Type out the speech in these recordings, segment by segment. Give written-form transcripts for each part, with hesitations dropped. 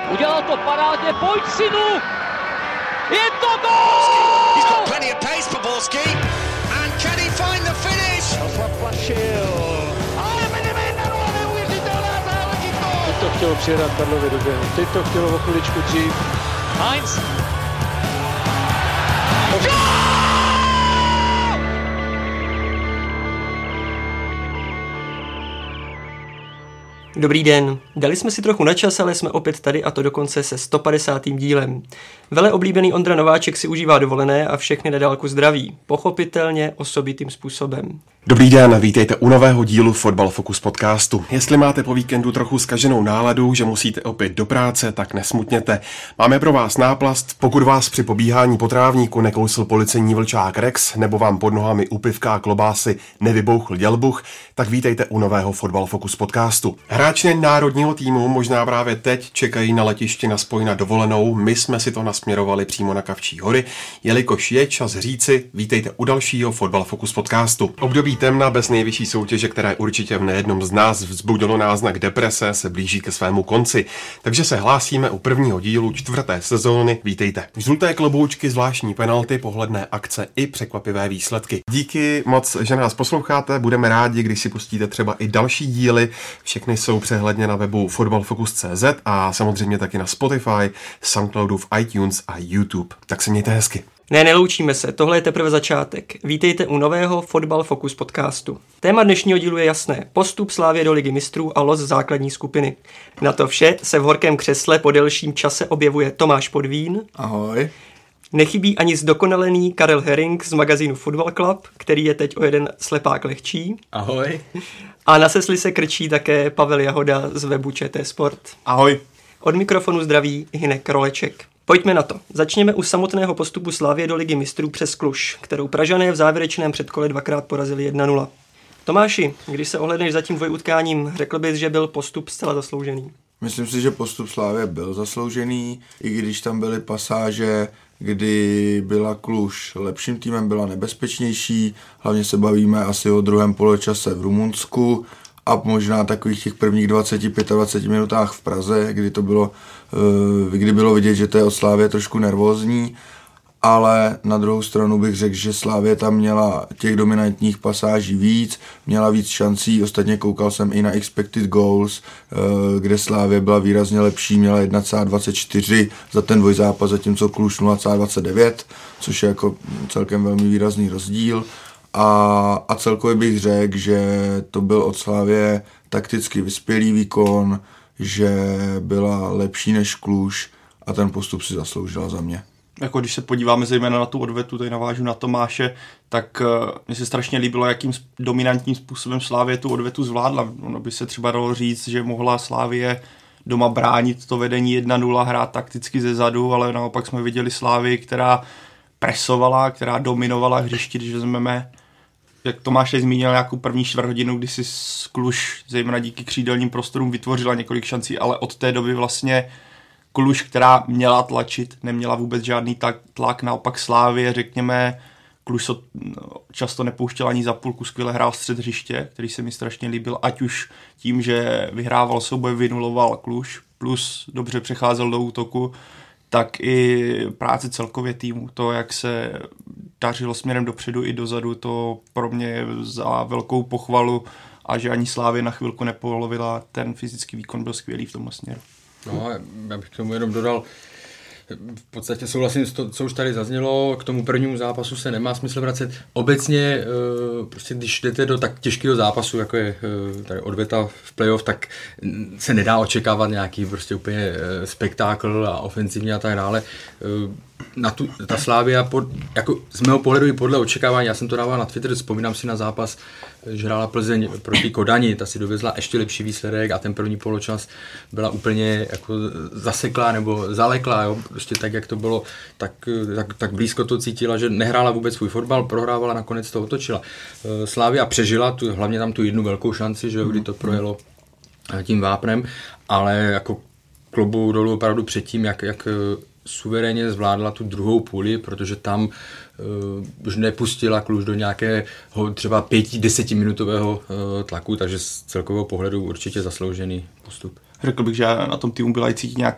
Udělal to parádně, pojď synu! Je to gól! He's got plenty of pace for Borski. And can he find the finish? Ale Benevento, neuvěřitelná záležitost! Teď to chtělo přijedat Karlově do běhu, teď to chtělo o chviličku dřív. Heinz! Dobrý den, dali jsme si trochu na čas, ale jsme opět tady a to dokonce se 150. dílem. Vele oblíbený Ondra Nováček si užívá dovolené a všechny na dálku zdraví, pochopitelně osobitým způsobem. Dobrý den, vítejte u nového dílu Fotbal Focus podcastu. Jestli máte po víkendu trochu zkaženou náladu, že musíte opět do práce, tak nesmutněte. Máme pro vás náplast, pokud vás při pobíhání po trávníku nekousl policejní vlčák Rex, nebo vám pod nohami u pivka a klobásy nevybouchl dělbuch, tak vítejte u nového Fotbal Focus podcastu. Hráči národního týmu možná právě teď čekají na letišti na spoj na dovolenou, my jsme si to nasměrovali přímo na Kavčí hory, jelikož je čas říci, vítejte u dalšího Fotbal Focus podcastu. Období temna bez nejvyšší soutěže, které určitě v nejednom z nás vzbudilo náznak deprese, se blíží ke svému konci. Takže se hlásíme u prvního dílu 4. sezóny. Vítejte. Žluté kloboučky, zvláštní penalty, pohledné akce i překvapivé výsledky. Díky moc, že nás posloucháte, budeme rádi, když si pustíte třeba i další díly. Všechny jsou přehledně na webu fotbalfocus.cz a samozřejmě taky na Spotify, Soundcloudu, v iTunes a YouTube. Tak se mějte hezky. Ne, neloučíme se, tohle je teprve začátek. Vítejte u nového Fotbal Focus podcastu. Téma dnešního dílu je jasné. Postup Slavie do Ligy mistrů a los základní skupiny. Na to vše se v horkém křesle po delším čase objevuje Tomáš Podvín. Ahoj. Nechybí ani zdokonalený Karel Herring z magazínu Football Club, který je teď o jeden slepák lehčí. Ahoj. A na sesli se krčí také Pavel Jahoda z webu ČT Sport. Ahoj. Od mikrofonu zdraví Hynek Roleček. Pojďme na to. Začněme u samotného postupu Slavie do Ligy mistrů přes Kluž, kterou Pražané v závěrečném předkole dvakrát porazili 1-0. Tomáši, když se ohledneš za tím dvojutkáním, řekl bys, že byl postup zcela zasloužený? Myslím si, že postup Slavie byl zasloužený, i když tam byly pasáže, kdy byla Kluž lepším týmem, byla nebezpečnější, hlavně se bavíme asi o druhém poločase v Rumunsku a možná takových těch prvních 20-25 minutách v Praze, kdy bylo vidět, že to je od Slavie trošku nervózní, ale na druhou stranu bych řekl, že Slavie tam měla těch dominantních pasáží víc, měla víc šancí, ostatně koukal jsem i na expected goals, kde Slavie byla výrazně lepší, měla 1,24 za ten dvojzápas, zatímco Kluž 0,29, což je jako celkem velmi výrazný rozdíl. A celkově bych řekl, že to byl od Slavie takticky vyspělý výkon, že byla lepší než Kluž a ten postup si zasloužila za mě. Jako když se podíváme zejména na tu odvetu, tady navážu na Tomáše, tak mně se strašně líbilo, jakým dominantním způsobem Slavie tu odvetu zvládla. Ono by se třeba dalo říct, že mohla Slavie doma bránit to vedení 1-0, hrát takticky ze zadu, ale naopak jsme viděli Slavii, která presovala, která dominovala hřišti, když vezmeme, jak Tomáš zmínil, nějakou první čtvrthodinu, kdy si Kluž, zejména díky křídelním prostorům, vytvořila několik šancí, ale od té doby vlastně Kluž, která měla tlačit, neměla vůbec žádný tlak, naopak Slavie, řekněme, Kluž se často nepouštěl ani za půlku, skvěle hrál střed hřiště, který se mi strašně líbil, ať už tím, že vyhrával souboj, vynuloval Kluž, plus dobře přecházel do útoku, tak i práce celkově týmu, to, jak se dařilo směrem dopředu i dozadu, to pro mě je za velkou pochvalu a že ani Slavie na chvilku nepolovila, ten fyzický výkon byl skvělý v tomhle směru. No, já bych k tomu jenom dodal, v podstatě souhlasím s to, co už tady zaznělo, k tomu prvnímu zápasu se nemá smysl vracet. Obecně, prostě když jdete do tak těžkého zápasu, jako je tady odveta v playoff, tak se nedá očekávat nějaký prostě úplně spektákl a ofenzivně a tak dále. Ta Slavia, jako z mého pohledu i podle očekávání, já jsem to dával na Twitter, vzpomínám si na zápas, že hrála Plzeň proti Kodani, ta si dovezla ještě lepší výsledek a ten první poločas byla úplně jako zaseklá nebo zaleklá, jo? Prostě tak, jak to bylo, tak blízko to cítila, že nehrála vůbec svůj fotbal, prohrávala, nakonec to otočila. Slavia přežila, hlavně tam tu jednu velkou šanci, že kdy to projelo tím vápnem, ale jako klobouk dolů opravdu předtím, jak suverénně zvládla tu druhou půli, protože tam už nepustila Kluž do nějakého třeba 5-10 minutového tlaku, takže z celkového pohledu určitě zasloužený postup. Řekl bych, že na tom týmu byla i cítit nějaká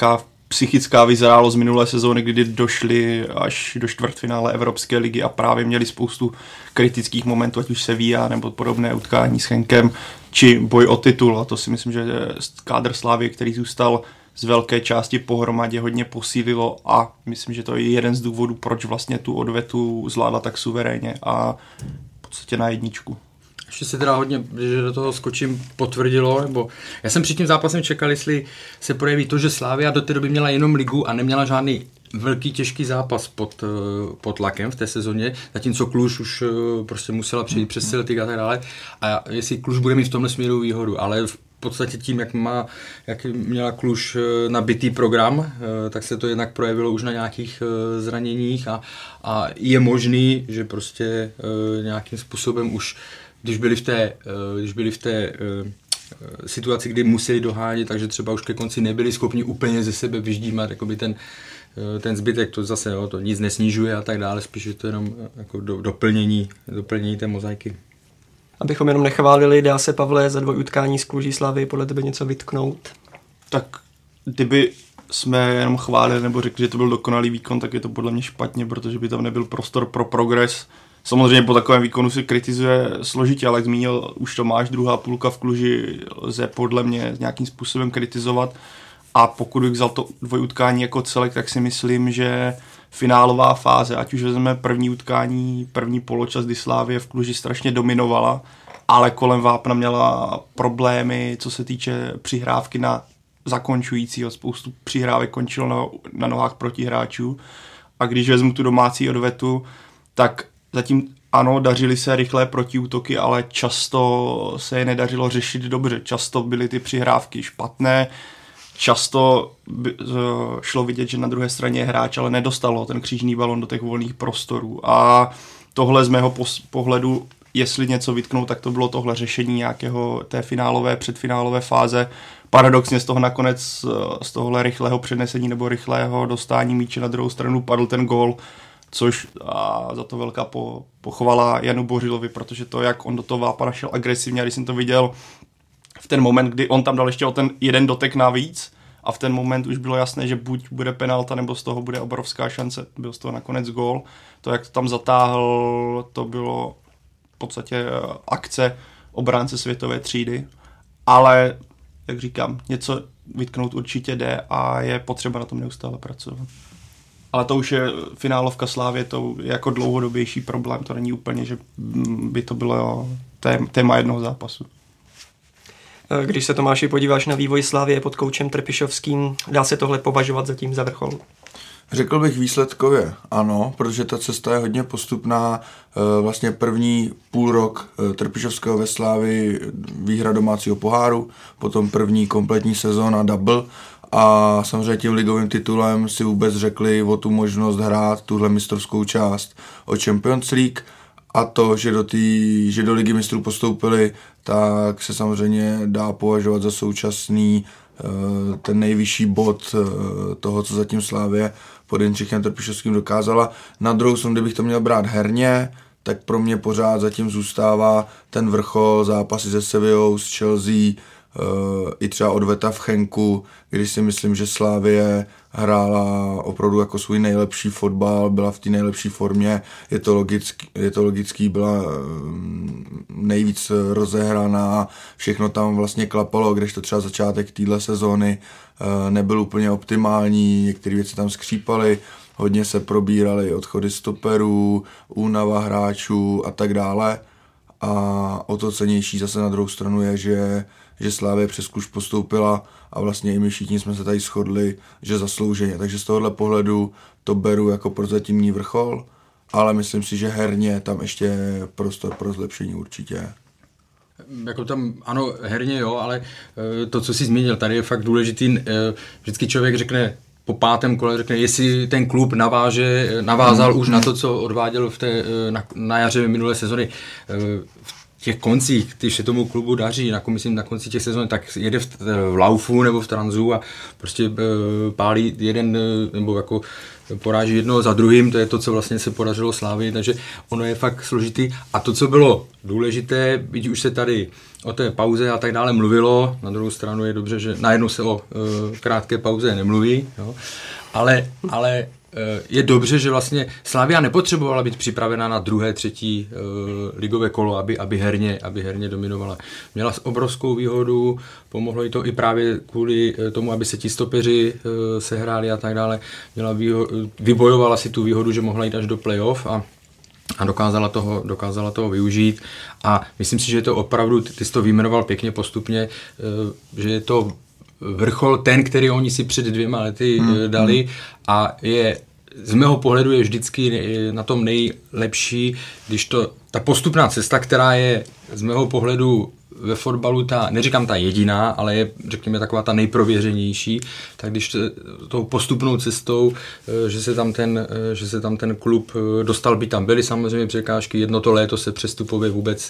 psychická vyzrálost minulé sezóny, kdy došli až do čtvrtfinále Evropské ligy a právě měli spoustu kritických momentů, ať už Sevilla nebo podobné utkání s Chenkem, či boj o titul. A to si myslím, že kádr Slavie, který zůstal z velké části pohromadě, hodně posílilo a myslím, že to je jeden z důvodů, proč vlastně tu odvetu zvládla tak suverénně a v podstatě na jedničku. Ještě se teda hodně, že do toho skočím, potvrdilo, nebo já jsem před tím zápasem čekal, jestli se projeví to, že Slavia do té doby měla jenom ligu a neměla žádný velký těžký zápas pod tlakem v té sezóně, zatímco Kluž už prostě musela přejít přes Celtic a tak dále. A jestli Kluž bude mít v tomhle směru výhodu, ale v podstatě tím, jak měla Kluž nabitý program, tak se to jednak projevilo už na nějakých zraněních a je možný, že prostě nějakým způsobem už když byli v té situaci, kdy museli dohánět, takže třeba už ke konci nebyli schopni úplně ze sebe vyždímat jakoby ten zbytek, to zase to nic nesnižuje a tak dále, spíš je to jenom jako doplnění té mozaiky. Abychom jenom nechválili, dá se, Pavle, za 2 utkání s Kluží Slavii podle tebe něco vytknout? Tak kdyby jsme jenom chválili nebo řekli, že to byl dokonalý výkon, tak je to podle mě špatně, protože by tam nebyl prostor pro progres. Samozřejmě po takovém výkonu se kritizuje složitě, ale jak zmínil už Tomáš, druhá půlka v Kluži lze podle mě nějakým způsobem kritizovat. A pokud bych vzal to dvojutkání jako celek, tak si myslím, že finálová fáze, ať už vezmeme první utkání, první poločas, kdy Slavie v Kluži strašně dominovala, ale kolem vápna měla problémy, co se týče přihrávky na zakončujícího. Spoustu přihrávek končilo na nohách protihráčů. A když vezmu tu domácí odvetu, tak zatím ano, dařily se rychlé protiútoky, ale často se je nedařilo řešit dobře. Často byly ty přihrávky špatné, často šlo vidět, že na druhé straně je hráč, ale nedostalo ten křížný balon do těch volných prostorů. A tohle z mého pohledu, jestli něco vytknout, tak to bylo tohle řešení nějakého té předfinálové fáze. Paradoxně z toho nakonec, z tohle rychlého přenesení nebo rychlého dostání míče na druhou stranu padl ten gól, což za to velká pochvala Janu Bořilovi, protože to, jak on do toho vápna šel agresivně, a když jsem to viděl v ten moment, kdy on tam dal ještě o ten jeden dotek navíc a v ten moment už bylo jasné, že buď bude penalta, nebo z toho bude obrovská šance. Byl z toho nakonec gól. To, jak to tam zatáhl, to bylo v podstatě akce obránce světové třídy, ale jak říkám, něco vytknout určitě jde a je potřeba na tom neustále pracovat. Ale to už je finálovka Slavie, to je jako dlouhodobější problém, to není úplně, že by to bylo téma jednoho zápasu. Když se, Tomáši, podíváš na vývoj Slavie pod koučem Trpišovským, dá se tohle považovat zatím za vrchol? Řekl bych výsledkově ano, protože ta cesta je hodně postupná. Vlastně první půl rok Trpišovského ve Slavii výhra domácího poháru, potom první kompletní sezóna double a samozřejmě tím ligovým titulem si vůbec řekli o tu možnost hrát tuhle mistrovskou část o Champions League a to, že do ligy mistrů postoupili, tak se samozřejmě dá považovat za současný ten nejvyšší bod toho, co zatím Slavie pod Jindřichem Trpišovským dokázala. Na druhou stranu, kdybych to měl brát herně, tak pro mě pořád zatím zůstává ten vrchol zápasy se Sevillou, s Chelsea, i třeba odveta v Chenku, když si myslím, že Slavie hrála opravdu jako svůj nejlepší fotbal, byla v té nejlepší formě, je to logický, byla nejvíc rozehraná, všechno tam vlastně klapalo, kdežto třeba začátek téhle sezóny nebyl úplně optimální, některé věci tam skřípaly, hodně se probíraly odchody stoperů, únava hráčů a tak dále. A o to cennější zase na druhou stranu je, že Slavie přes Kluž postoupila a vlastně i my všichni jsme se tady shodli, že zaslouženě. Takže z tohohle pohledu to beru jako prozatímní vrchol, ale myslím si, že herně tam ještě prostor pro zlepšení určitě. Jako tam, ano, herně jo, ale to, co jsi zmínil, tady je fakt důležitý, vždycky člověk řekne, po 5. kole řekne, jestli ten klub navázal už na to, co odváděl na jaře minulé sezony. V těch koncích, když se tomu klubu daří, myslím na konci těch sezon, tak jede v laufu nebo v tranzu a prostě pálí jeden, nebo jako poráží jednoho za druhým, to je to, co vlastně se podařilo Slávii, takže ono je fakt složitý. A to, co bylo důležité, byť už se tady o té pauze a tak dále mluvilo, na druhou stranu je dobře, že najednou se o krátké pauze nemluví, jo? Ale je dobře, že vlastně Slavia nepotřebovala být připravená na druhé, třetí ligové kolo, aby herně dominovala. Měla obrovskou výhodu, pomohlo jí to i právě kvůli tomu, aby se ti stopeři sehráli a tak dále. Vybojovala si tu výhodu, že mohla jít až do playoff a dokázala toho využít. A myslím si, že je to opravdu, ty jsi to vyjmenoval pěkně postupně, že je to vrchol ten, který oni si před 2 lety dali a je z mého pohledu je vždycky na tom nejlepší, když ta postupná cesta, která je z mého pohledu ve fotbalu neříkám ta jediná, ale je, řekněme, taková ta nejprověřenější, tak když tou postupnou cestou, že se tam ten klub dostal, by tam byly samozřejmě překážky, jedno to léto se přestupově vůbec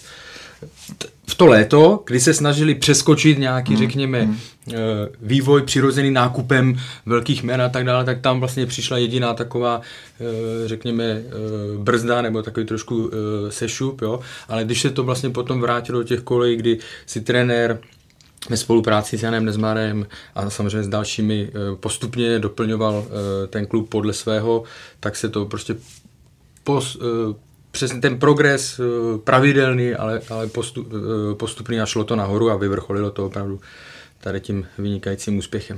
v to léto, kdy se snažili přeskočit nějaký, řekněme, vývoj přirozený nákupem velkých jmen a tak dále, tak tam vlastně přišla jediná taková, řekněme, brzda nebo takový trošku sešup, jo. Ale když se to vlastně potom vrátilo do těch kolejí, kdy si trenér ve spolupráci s Janem Nezmarem a samozřejmě s dalšími postupně doplňoval ten klub podle svého, tak se to prostě přesně ten progres pravidelný, ale postupný a šlo to nahoru a vyvrcholilo to opravdu tady tím vynikajícím úspěchem.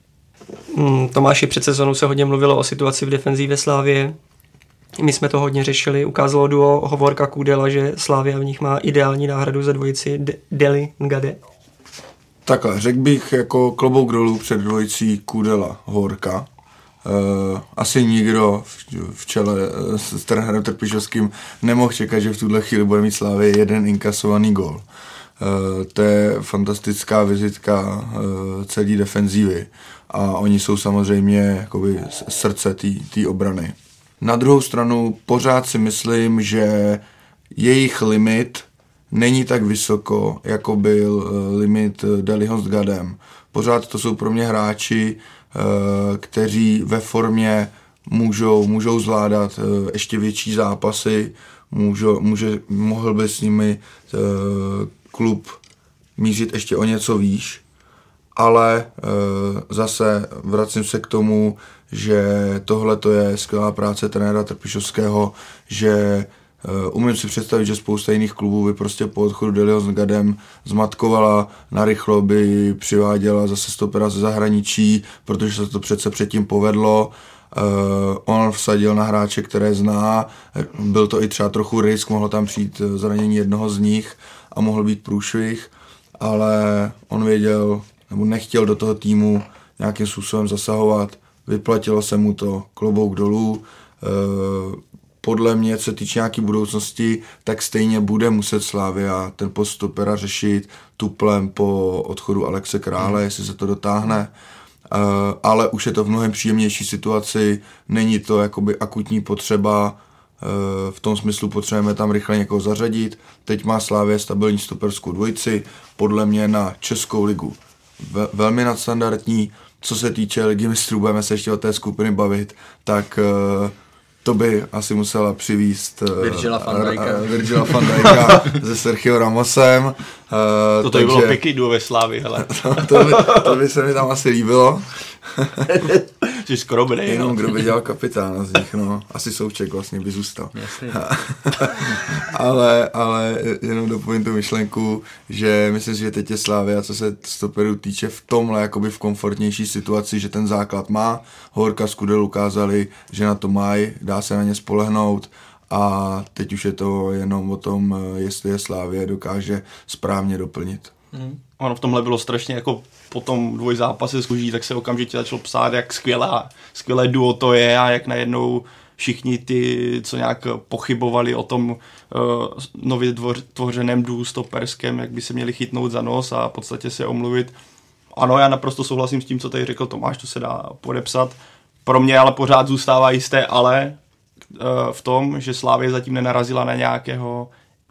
Tomáši, před sezónou se hodně mluvilo o situaci v defenzívě Slávie. My jsme to hodně řešili. Ukázalo duo Hovorka Kudela, že Slávia v nich má ideální náhradu za dvojici Deli Ngade. Takhle, řekl bych jako klobouk dolů před dvojicí Kudela Hovorka. Asi nikdo v čele s trenérem Trpišovským nemohl čekat, že v tuhle chvíli bude mít Slávě jeden inkasovaný gól. To je fantastická vizitka celé defenzívy a oni jsou samozřejmě jakoby srdce té obrany. Na druhou stranu pořád si myslím, že jejich limit není tak vysoko, jako byl limit Deliho s Gadem. Pořád to jsou pro mě hráči, kteří ve formě můžou zvládat ještě větší zápasy, mohl by s nimi klub mířit ještě o něco výš, ale zase vracím se k tomu, že tohle to je skvělá práce trenéra Trpišovského, že umím si představit, že spousta jiných klubů by prostě po odchodu Deliho s Gadem zmatkovala, narychlo by přiváděla zase stopera ze zahraničí, protože se to přece předtím povedlo. On vsadil na hráče, které zná, byl to i třeba trochu risk, mohlo tam přijít zranění jednoho z nich a mohl být průšvih, ale on věděl, nebo nechtěl do toho týmu nějakým způsobem zasahovat, vyplatilo se mu to, klobouk dolů. Podle mě, co se týče nějaké budoucnosti, tak stejně bude muset Slavia ten post stopera řešit tuplem po odchodu Alexe Krále, jestli se to dotáhne. Ale už je to v mnohem příjemnější situaci, není to jakoby akutní potřeba, v tom smyslu potřebujeme tam rychle někoho zařadit. Teď má Slavia stabilní stoperskou dvojici, podle mě na Českou ligu velmi nadstandardní. Co se týče Ligy mistrů, budeme se ještě o té skupiny bavit, tak to by asi musela přivízt Virgila van Dijka se Sergio Ramosem. To by bylo pěkný duo ve Slávii, hele. To by se mi tam asi líbilo. Jsi skoro bnej. Jenom kdo by dělal kapitána z nich, no. Asi Souček vlastně by zůstal. ale jenom dopovím tu myšlenku, že myslím si, že teď je Slavia, co se stoperů týče, v tomhle jakoby v komfortnější situaci, že ten základ má. Hovorka s Kudel ukázali, že na to mají, dá se na ně spolehnout a teď už je to jenom o tom, jestli je Slavia dokáže správně doplnit. Ono v tomhle bylo strašně jako po tom dvojzápase s Luží, tak se okamžitě začalo psát, jak skvělé duo to je a jak najednou všichni ty, co nějak pochybovali o tom nově tvořeném duo stoperském, jak by se měli chytnout za nos a v podstatě se omluvit. Ano, já naprosto souhlasím s tím, co tady řekl Tomáš, to se dá podepsat. Pro mě ale pořád zůstává jisté ale v tom, že Slavia zatím nenarazila na nějakého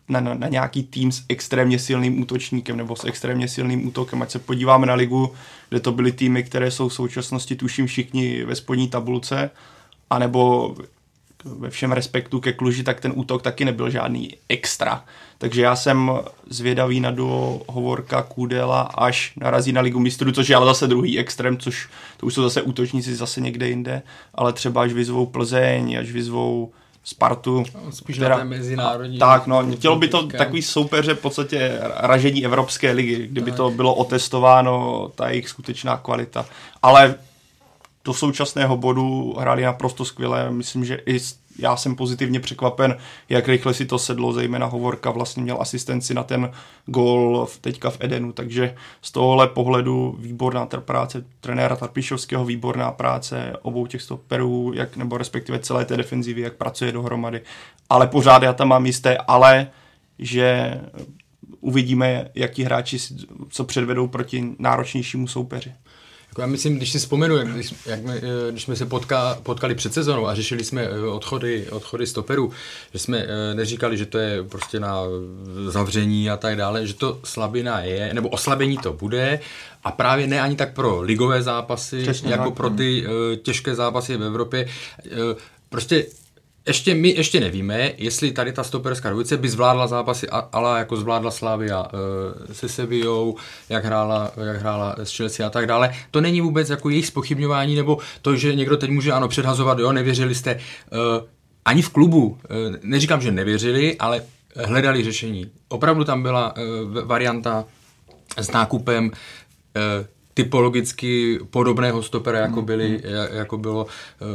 na nějaký tým s extrémně silným útočníkem nebo s extrémně silným útokem. Ať se podíváme na ligu, kde to byly týmy, které jsou v současnosti tuším všichni ve spodní tabulce, anebo ve všem respektu ke Kluži, tak ten útok taky nebyl žádný extra. Takže já jsem zvědavý na duo Hovorka, Kudela, až narazí na ligu mistrů, což je ale zase druhý extrém, což to už jsou zase útočníci zase někde jinde, ale třeba až vyzvou Plzeň, až vyzvou Spartu. Spíš na té mezinárodní. Tak, no, chtělo by to takový soupeře v podstatě ražení Evropské ligy, kdyby to bylo otestováno, ta jejich skutečná kvalita. Ale do současného bodu hráli naprosto skvěle, myslím, že i já jsem pozitivně překvapen, jak rychle si to sedlo, zejména Hovorka vlastně měl asistenci na ten gól teďka v Edenu, takže z tohohle pohledu výborná práce trenéra Tarpišovského, výborná práce obou těch stoperů, nebo respektive celé té defenzivy, jak pracuje dohromady, ale pořád já tam mám jisté ale, že uvidíme, jaký hráči co předvedou proti náročnějšímu soupeři. Já myslím, když si vzpomenu, když jsme se potkali před sezónou a řešili jsme odchody stoperů, že jsme neříkali, že to je prostě na zavření a tak dále, že to slabina je, nebo oslabení to bude a právě ne ani tak pro ligové zápasy, přesně jako pro ty těžké zápasy v Evropě. Prostě my ještě nevíme, jestli tady ta stoperská dvojice by zvládla zápasy, ale jako zvládla Slavia se Sevillou, jak hrála s Chelsea a tak dále. To není vůbec jako jejich zpochybňování, nebo to, že někdo teď může předhazovat, jo, nevěřili jste. Ani v klubu, neříkám, že nevěřili, ale hledali řešení. Opravdu tam byla varianta s nákupem typologicky podobného stopera, jako bylo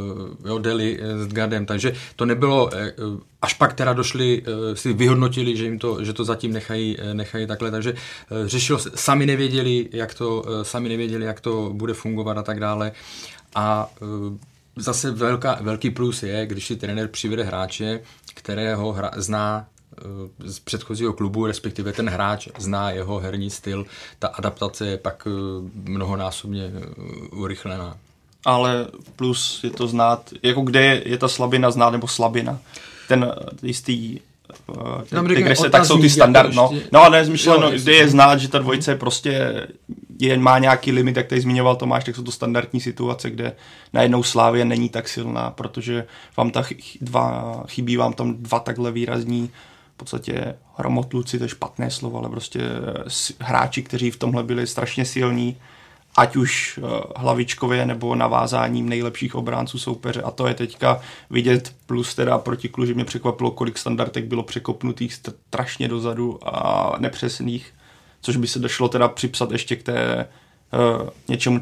Deli s Gardem. Takže to nebylo, až pak teda došli, si vyhodnotili, že to zatím nechají takhle, takže řešilo se, sami nevěděli, jak to bude fungovat a tak dále. A zase velký plus je, když si trenér přivede hráče, kterého zná z předchozího klubu, respektive ten hráč zná jeho herní styl, ta adaptace je pak mnohonásobně urychlená. Ale plus je to znát, jako kde je ta slabina znát, nebo slabina. Ten jistý regrese, tak jsou ty standard, no a nezmyšleno, kde je znát, že ta dvojice prostě má nějaký limit, jak tady zmiňoval Tomáš, tak jsou to standardní situace, kde najednou Slavie není tak silná, protože vám chybí vám tam dva takhle výrazní v podstatě hromotluci, to je špatné slovo, ale prostě hráči, kteří v tomhle byli strašně silní, ať už hlavičkově nebo navázáním nejlepších obránců soupeře. A to je teďka vidět, plus teda proti Kluži mě překvapilo, kolik standardek bylo překopnutých strašně dozadu a nepřesných, což by se došlo teda připsat ještě k té něčemu,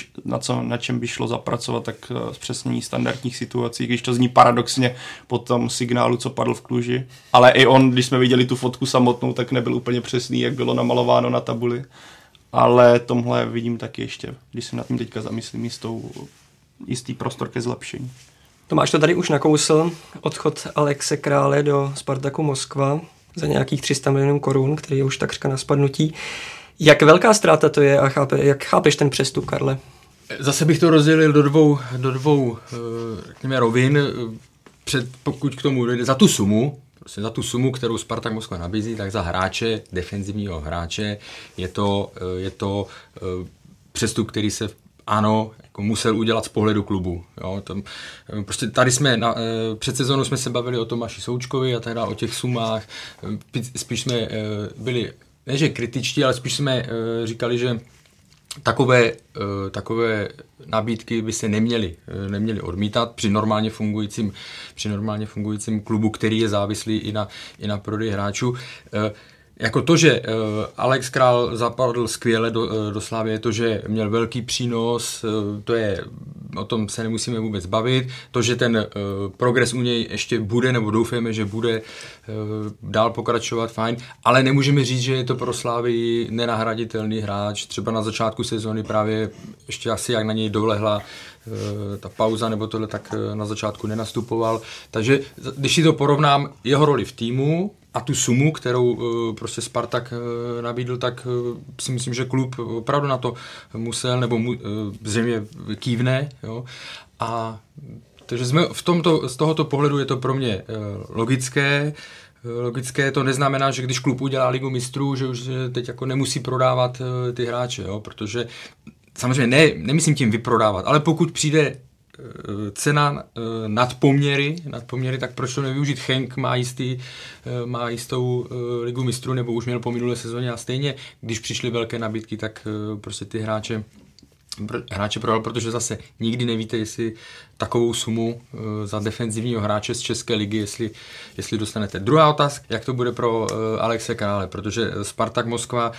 na čem by šlo zapracovat, tak zpřesnění standardních situací, když to zní paradoxně po tom signálu, co padl v Kluži. Ale i on, když jsme viděli tu fotku samotnou, tak nebyl úplně přesný, jak bylo namalováno na tabuli. Ale tomhle vidím taky ještě, když se nad tím teďka zamyslím, jistý prostor ke zlepšení. Tomáš to tady už nakousl, odchod Alexe Krále do Spartaku Moskva za nějakých 300 milionů korun, který je už takřka na spadnutí. Jak velká ztráta to je a jak chápeš ten přestup, Karle? Zase bych to rozdělil do dvou řekněme, rovin. Pokud k tomu dojde za tu sumu, kterou Spartak Moskva nabízí, tak za hráče, defenzivního hráče, je to přestup, který se jako musel udělat z pohledu klubu. Jo, prostě tady jsme, před sezónou jsme se bavili o Tomáši Součkovi a teda o těch sumách. Spíš jsme byli, ne že kritičtí, ale spíš jsme říkali, že takové nabídky by se neměly odmítat při normálně fungujícím klubu, který je závislý i na prodeji hráčů. Jako to, že Alex Král zapadl skvěle do Slavie, to, že měl velký přínos, o tom se nemusíme vůbec bavit. To, že ten progres u něj ještě bude, nebo doufáme, že bude dál pokračovat, fajn, ale nemůžeme říct, že je to pro Slavii nenahraditelný hráč. Třeba na začátku sezóny právě ještě asi jak na něj dolehla ta pauza nebo tohle, tak na začátku nenastupoval. Takže když si to porovnám, jeho roli v týmu a tu sumu, kterou prostě Spartak nabídl, tak si myslím, že klub opravdu na to musel, nebo zřejmě kývne. Jo? A takže z tohoto pohledu je to pro mě logické. logické, to neznamená, že když klub udělá Ligu mistrů, že už teď jako nemusí prodávat ty hráče, jo? Protože samozřejmě nemyslím tím vyprodávat, ale pokud přijde cena nad poměry, tak proč to nevyužít? Henk má jistou Ligu mistrů, nebo už měl po minulé sezóně a stejně, když přišly velké nabídky, tak prostě ty hráče prodal, protože zase nikdy nevíte, jestli takovou sumu za defenzivního hráče z České ligy, jestli dostanete. Druhá otázka, jak to bude pro Alexe Krále, protože Spartak Moskva,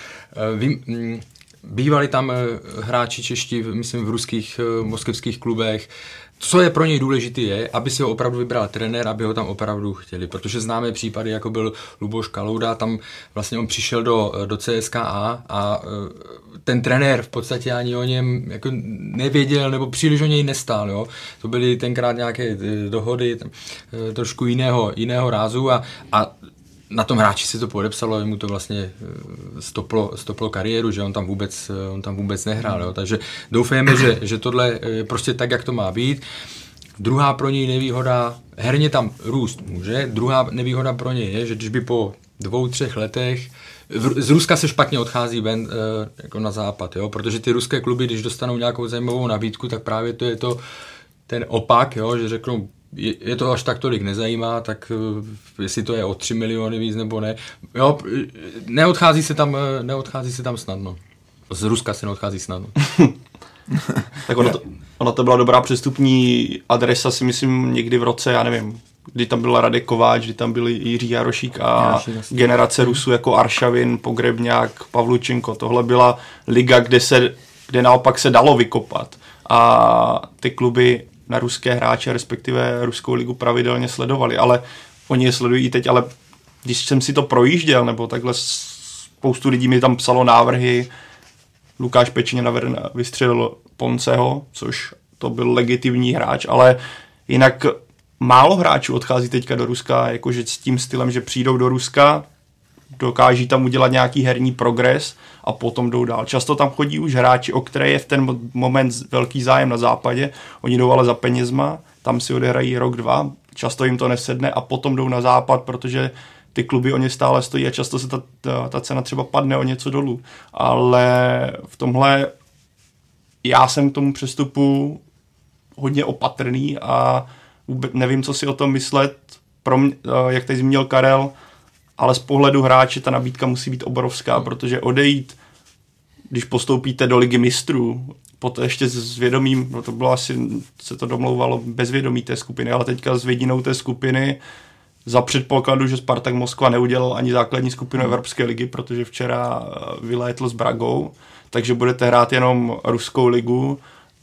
bývali tam hráči čeští, myslím v ruských moskevských klubech. Co je pro něj důležité je, aby si ho opravdu vybral trenér, aby ho tam opravdu chtěli, protože známe případy, jako byl Luboš Kalouda, tam vlastně on přišel do CSKA a ten trenér v podstatě ani o něm jako nevěděl, nebo příliš o něj nestál, jo. To byly tenkrát nějaké dohody trošku jiného rázu a na tom hráči si to podepsalo, mu to vlastně stoplo kariéru, že on tam vůbec nehrál, jo. Takže doufejme, že tohle je prostě tak, jak to má být. Druhá pro něj nevýhoda, herně tam růst může, druhá nevýhoda pro něj je, že když by po 2-3 letech z Ruska se špatně odchází ven jako na západ, jo, protože ty ruské kluby, když dostanou nějakou zajímavou nabídku, tak právě to je ten opak, jo, že řeknou, je to až tak tolik nezajímá, tak jestli to je o 3 miliony víc nebo ne. Jo, neodchází se tam snadno. Z Ruska se neodchází snadno. Tak ono to byla dobrá přestupní adresa, si myslím, někdy v roce, já nevím, kdy tam byl Radek Kováč, kdy tam byl Jiří Jarošík a generace Rusů jako Aršavin, Pogrebňák, Pavlučenko. Tohle byla liga, kde naopak se dalo vykopat. A ty kluby na ruské hráče, respektive ruskou ligu pravidelně sledovali, ale oni je sledují i teď, ale když jsem si to projížděl, nebo takhle spoustu lidí mi tam psalo návrhy, Lukáš Pečeň vystřelil Ponceho, což to byl legitimní hráč, ale jinak málo hráčů odchází teďka do Ruska, jakože s tím stylem, že přijdou do Ruska, dokáží tam udělat nějaký herní progres a potom jdou dál. Často tam chodí už hráči, o které je v ten moment velký zájem na západě, oni jdou ale za penězma, tam si odehrají rok, 2, často jim to nesedne a potom jdou na západ, protože ty kluby o ně stále stojí a často se ta cena třeba padne o něco dolů. Ale v tomhle já jsem k tomu přestupu hodně opatrný a nevím, co si o tom myslet. Pro mě, jak tady zmínil Karel, ale z pohledu hráče ta nabídka musí být obrovská, protože odejít, když postoupíte do Ligy mistrů, poté ještě s vědomím, no to bylo asi, se to domlouvalo bez vědomí té skupiny, ale teďka s vidinou té skupiny za předpokladu, že Spartak Moskva neudělal ani základní skupinu Evropské ligy, protože včera vylétl s Bragou, takže budete hrát jenom ruskou ligu.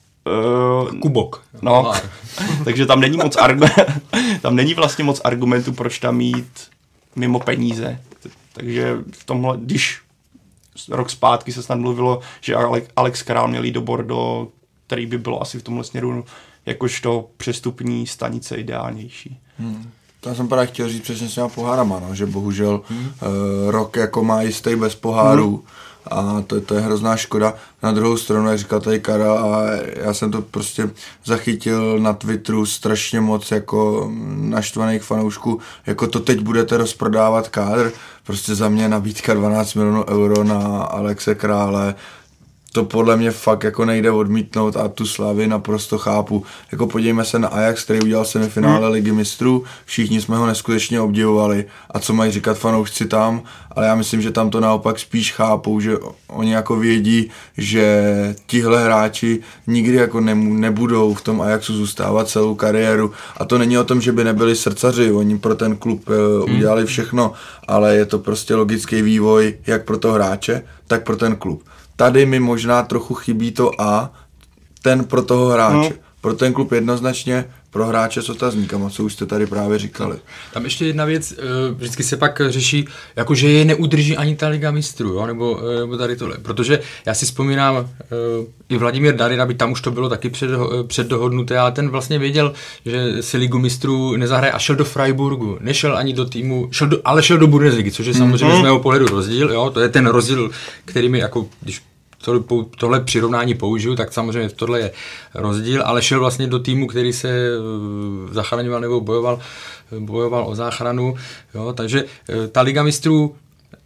Kubok. No, takže tam není vlastně moc argumentů, proč tam mít mimo peníze. Takže v tomhle, když rok zpátky se snad mluvilo, že Alex Král měl jít do Bordeaux, který by bylo asi v tomhle směru jakožto přestupní stanice ideálnější. To jsem právě chtěl říct přesně s těma pohárama, no, že bohužel rok jako má jistý bez pohárů a to je hrozná škoda. Na druhou stranu, jak říkal tady Karel, a já jsem to prostě zachytil na Twitteru strašně moc jako naštvaných fanoušků, jako to teď budete rozprodávat kádr, prostě za mě nabídka 12 milionů euro na Alexe Krále, to podle mě fakt jako nejde odmítnout a tu Slavii naprosto chápu. Jako podívejme se na Ajax, který udělal semifinále Ligy mistrů, všichni jsme ho neskutečně obdivovali a co mají říkat fanoušci tam, ale já myslím, že tam to naopak spíš chápou, že oni jako vědí, že tihle hráči nikdy jako nebudou v tom Ajaxu zůstávat celou kariéru a to není o tom, že by nebyli srdcaři, oni pro ten klub udělali všechno, ale je to prostě logický vývoj jak pro toho hráče, tak pro ten klub. Tady mi možná trochu chybí to A, ten pro toho hráče. Pro ten klub jednoznačně, pro hráče s otazníkama, co už jste tady právě říkali. Tam ještě jedna věc, vždycky se pak řeší, jakože je neudrží ani ta Liga mistrů, jo? Nebo tady tohle. Protože já si vzpomínám, i Vladimír Darida, by tam už to bylo taky předdohodnuté, ale ten vlastně věděl, že si Ligu mistrů nezahraje a šel do Freiburgu. Nešel ani do týmu, ale šel do Bundesligy, což je samozřejmě z mého pohledu rozdíl. Jo? To je ten rozdíl, který mi, jako, když tohle přirovnání použiju, tak samozřejmě tohle je rozdíl, ale šel vlastně do týmu, který se zachraňoval nebo bojoval o záchranu, jo, takže ta Liga mistrů,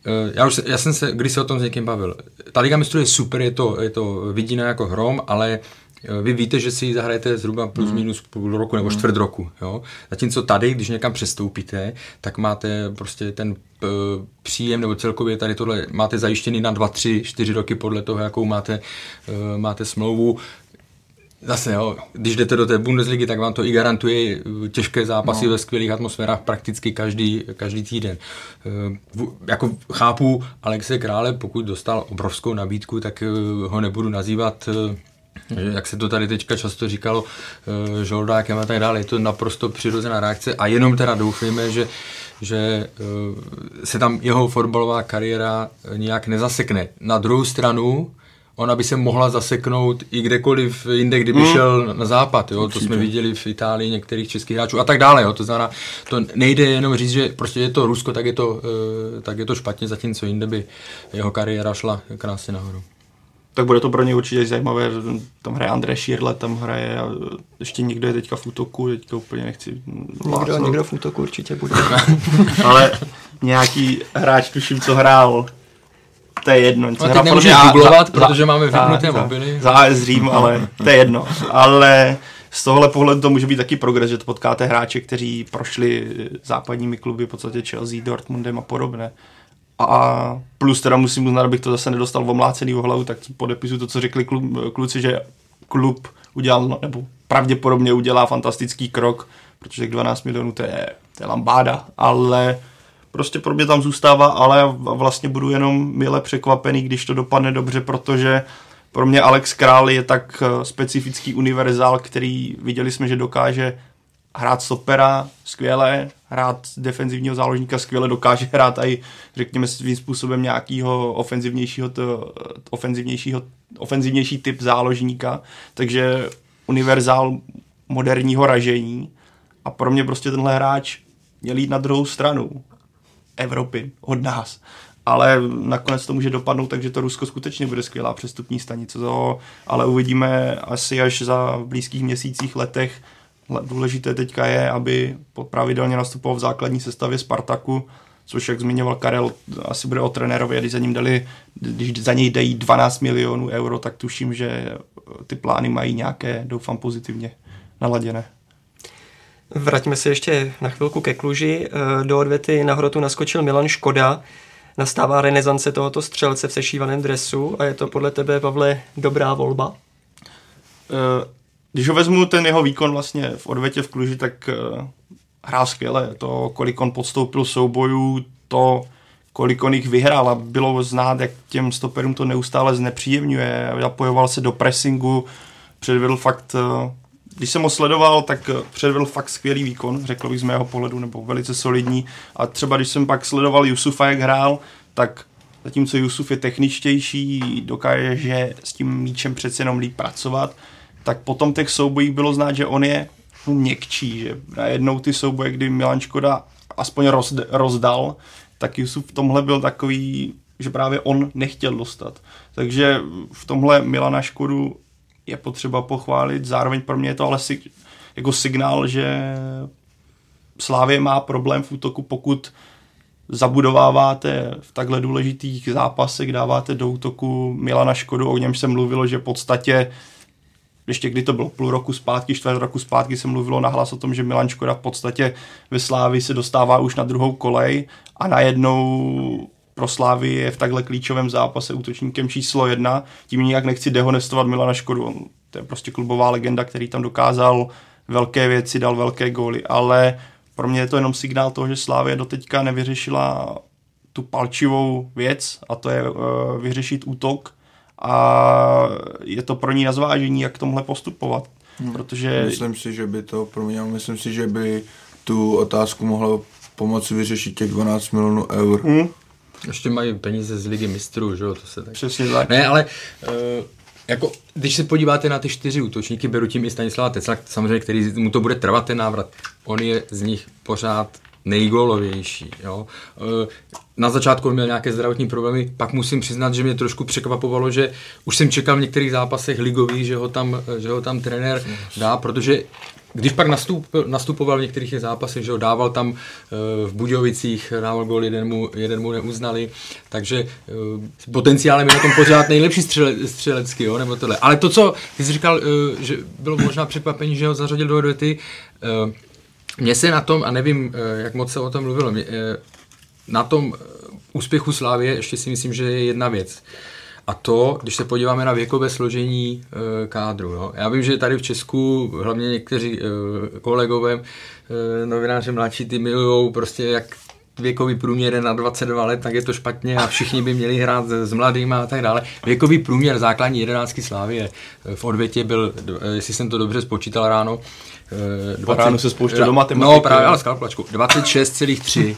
já jsem se, když se o tom s někým bavil, ta Liga mistrů je super, je to vidína jako hrom, ale vy víte, že si ji zahrajete zhruba plus minus půl roku nebo čtvrt roku. Jo? Zatímco tady, když někam přestoupíte, tak máte prostě ten příjem, nebo celkově tady tohle máte zajištěný na 2, 3, 4 roky podle toho, jakou máte smlouvu. Zase, jo, když jdete do té Bundesligy, tak vám to i garantuje těžké zápasy ve skvělých atmosférách prakticky každý týden. Jako chápu Alexe Krále, pokud dostal obrovskou nabídku, tak ho nebudu nazývat, jak se to tady teďka často říkalo, žoldákem a tak dále. Je to naprosto přirozená reakce a jenom teda doufejme, že se tam jeho fotbalová kariéra nějak nezasekne. Na druhou stranu, ona by se mohla zaseknout i kdekoliv jinde, kdyby šel na západ. Jo? To jsme viděli v Itálii některých českých hráčů a tak dále. Jo? To znamená, to nejde jenom říct, že prostě je to Rusko, tak je to špatně, zatímco jinde by jeho kariéra šla krásně nahoru. Tak bude to pro ně určitě zajímavé, tam hraje André Schirle, tam hraje a ještě někdo je teďka v útoku, teďka úplně nechci Někdo v útoku určitě bude. Ale nějaký hráč, tuším, co hrál, to je jedno. A teď nemůžeš googlovat, protože máme vypnuté mobily. Za AS Řím, ale to je jedno. Ale z tohohle pohledu to může být taky progres, že to potkáte hráče, kteří prošli západními kluby, v podstatě Chelsea, Dortmundem a podobně. A plus teda musím uznat, abych to zase nedostal omlácený o hlavu, tak podepisu to, co řekli kluci, že klub udělal, nebo pravděpodobně udělá fantastický krok, protože 12 milionů to je lambáda, ale prostě pro mě tam zůstává, ale vlastně budu jenom mile překvapený, když to dopadne dobře, protože pro mě Alex Král je tak specifický univerzál, který viděli jsme, že dokáže hrát stopera skvěle, hrát defenzivního záložníka skvěle, dokáže hrát i, řekněme, svým způsobem nějakého ofenzivnější typ záložníka, takže univerzál moderního ražení a pro mě prostě tenhle hráč měl jít na druhou stranu Evropy od nás. Ale nakonec to může dopadnout, takže to Rusko skutečně bude skvělá přestupní stanice. Ale uvidíme asi až za blízkých měsících, letech. Důležité teďka je, aby pravidelně nastupoval v základní sestavě Spartaku, což, jak zmiňoval Karel, asi bude o trenérovi, když za něj dají 12 milionů euro, tak tuším, že ty plány mají nějaké, doufám, pozitivně naladěné. Vraťme se ještě na chvilku ke Kluži. Do odvety na hrotu naskočil Milan Škoda. Nastává renesance tohoto střelce v sešívaném dresu a je to podle tebe, Pavle, dobrá volba? Když ho vezmu ten jeho výkon vlastně v odvetě v Kluži, tak hrál skvěle. To, kolik on podstoupil soubojů, to, kolik on jich vyhrál a bylo znát, jak těm stoperům to neustále znepříjemňuje. Zapojoval se do pressingu, předvedl fakt, když jsem ho sledoval, tak předvedl fakt skvělý výkon, řekl bych z mého pohledu, nebo velice solidní. A třeba když jsem pak sledoval Jusufa, jak hrál, tak zatímco Jusuf je techničtější, dokáže s tím míčem přece jenom líp pracovat, tak potom těch soubojích bylo znát, že on je měkčí, že najednou ty souboje, kdy Milan Škoda aspoň rozdal, tak Jusuf v tomhle byl takový, že právě on nechtěl dostat. Takže v tomhle Milana Škodu je potřeba pochválit, zároveň pro mě je to ale jako signál, že Slavie má problém v útoku, pokud zabudováváte v takhle důležitých zápasech, dáváte do útoku Milana Škodu, o němž se mluvilo, že v podstatě ještě kdy to bylo půl roku zpátky, čtvrt roku zpátky se mluvilo nahlas o tom, že Milan Škoda v podstatě ve Slavii se dostává už na druhou kolej a najednou pro Slavii je v takhle klíčovém zápase útočníkem číslo 1. Tím nijak nechci dehonestovat Milana Škodu. To je prostě klubová legenda, který tam dokázal velké věci, dal velké góly, ale pro mě je to jenom signál toho, že Slavie doteďka nevyřešila tu palčivou věc a to je vyřešit útok a je to pro ní na zvážení, jak tomhle postupovat. Protože myslím si, že by tu otázku mohlo pomoci vyřešit těch 12 milionů eur. Ještě mají peníze z Ligy mistrů, že jo, to se tak... Přesně tak. Ne, ale jako, když se podíváte na ty 4 útočníky, beru tím i Stanislava Tecla, samozřejmě, který mu to bude trvat ten návrat. On je z nich pořád nejgólovější. Jo. Na začátku měl nějaké zdravotní problémy, pak musím přiznat, že mě trošku překvapovalo, že už jsem čekal v některých zápasech ligových, že ho tam trenér dá, protože když pak nastupoval v některých zápasech, že ho dával tam v Budějovicích, dával gól, jeden mu neuznali, takže potenciálem je na tom pořád nejlepší střelecky, jo, nebo tohle. Ale to, co ty jsi říkal, že bylo možná překvapení, že ho zařadil do odvety, mně se na tom, a nevím, jak moc se o tom mluvilo, na tom úspěchu Slavie ještě si myslím, že je jedna věc. A to, když se podíváme na věkové složení kádru. Jo. Já vím, že tady v Česku hlavně někteří kolegové, novináři mladší, ty milujou prostě jak věkový průměr je na 22 let, tak je to špatně a všichni by měli hrát s mladými a tak dále. Věkový průměr základní 11 Slavie v odvětě byl, jestli jsem to dobře spočítal ráno, ráno se spouštěl do matematiky. No právě, ale s kalkulačkou. 26,3.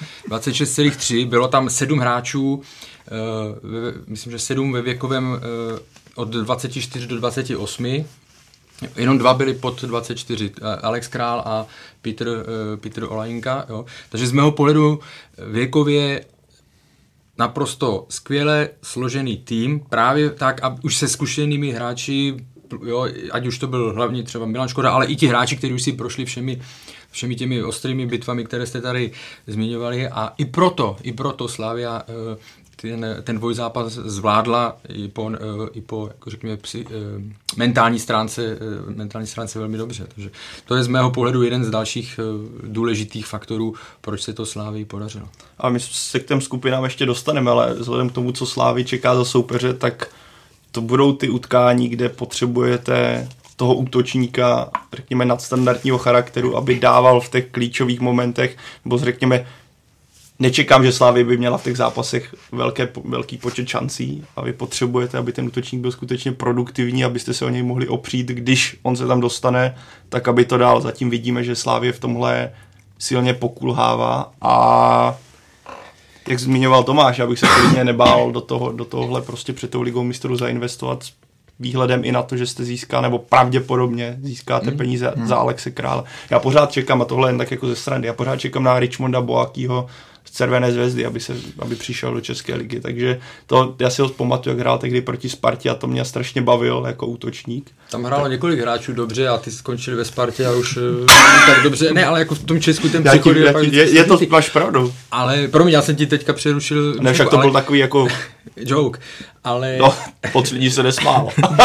26,3. Bylo tam 7 hráčů, myslím, že 7 ve věkovém od 24 do 28. Jenom 2 byli pod 24. Alex Král a Petr Olajinka. Jo. Takže z mého pohledu věkově naprosto skvěle složený tým, právě tak, a už se zkušenými hráči, jo, ať už to byl hlavně třeba Milan Škoda, ale i ti hráči, kteří už si prošli všemi těmi ostrými bitvami, které jste tady zmiňovali, a i proto Slavia ten dvojzápas zvládla i po jako řekněme, mentální stránce velmi dobře. Takže to je z mého pohledu jeden z dalších důležitých faktorů, proč se to Slavii podařilo. A my se k těm skupinám ještě dostaneme, ale vzhledem k tomu, co Slavii čeká za soupeře, tak to budou ty utkání, kde potřebujete toho útočníka, řekněme, nadstandardního charakteru, aby dával v těch klíčových momentech, nebo řekněme, nečekám, že Slavia by měla v těch zápasech velký počet šancí a vy potřebujete, aby ten útočník byl skutečně produktivní, abyste se o něj mohli opřít, když on se tam dostane, tak aby to dál. Zatím vidíme, že Slavia v tomhle silně pokulhává a jak zmiňoval Tomáš, abych se klidně nebál do tohohle prostě před tou ligou mistrů zainvestovat s výhledem i na to, že jste získá, nebo pravděpodobně získáte peníze za Alexe Krále. Já pořád čekám, a tohle jen tak jako ze srandy, já pořád čekám na Richmonda Boakýho z Červené Zvezdy, aby přišel do České ligy, takže to, já si ho pamatuju, jak hrál tehdy proti Spartě a to mě strašně bavil jako útočník. Tam hrálo několik hráčů dobře a ty skončili ve Spartě a už tak dobře, ne, ale jako v tom Česku ten přechod je to máš pravdu. Ale promiň, já jsem ti teďka přerušil. Ne, však to byl takový jako joke, ale no, pod lidí se nesmálo.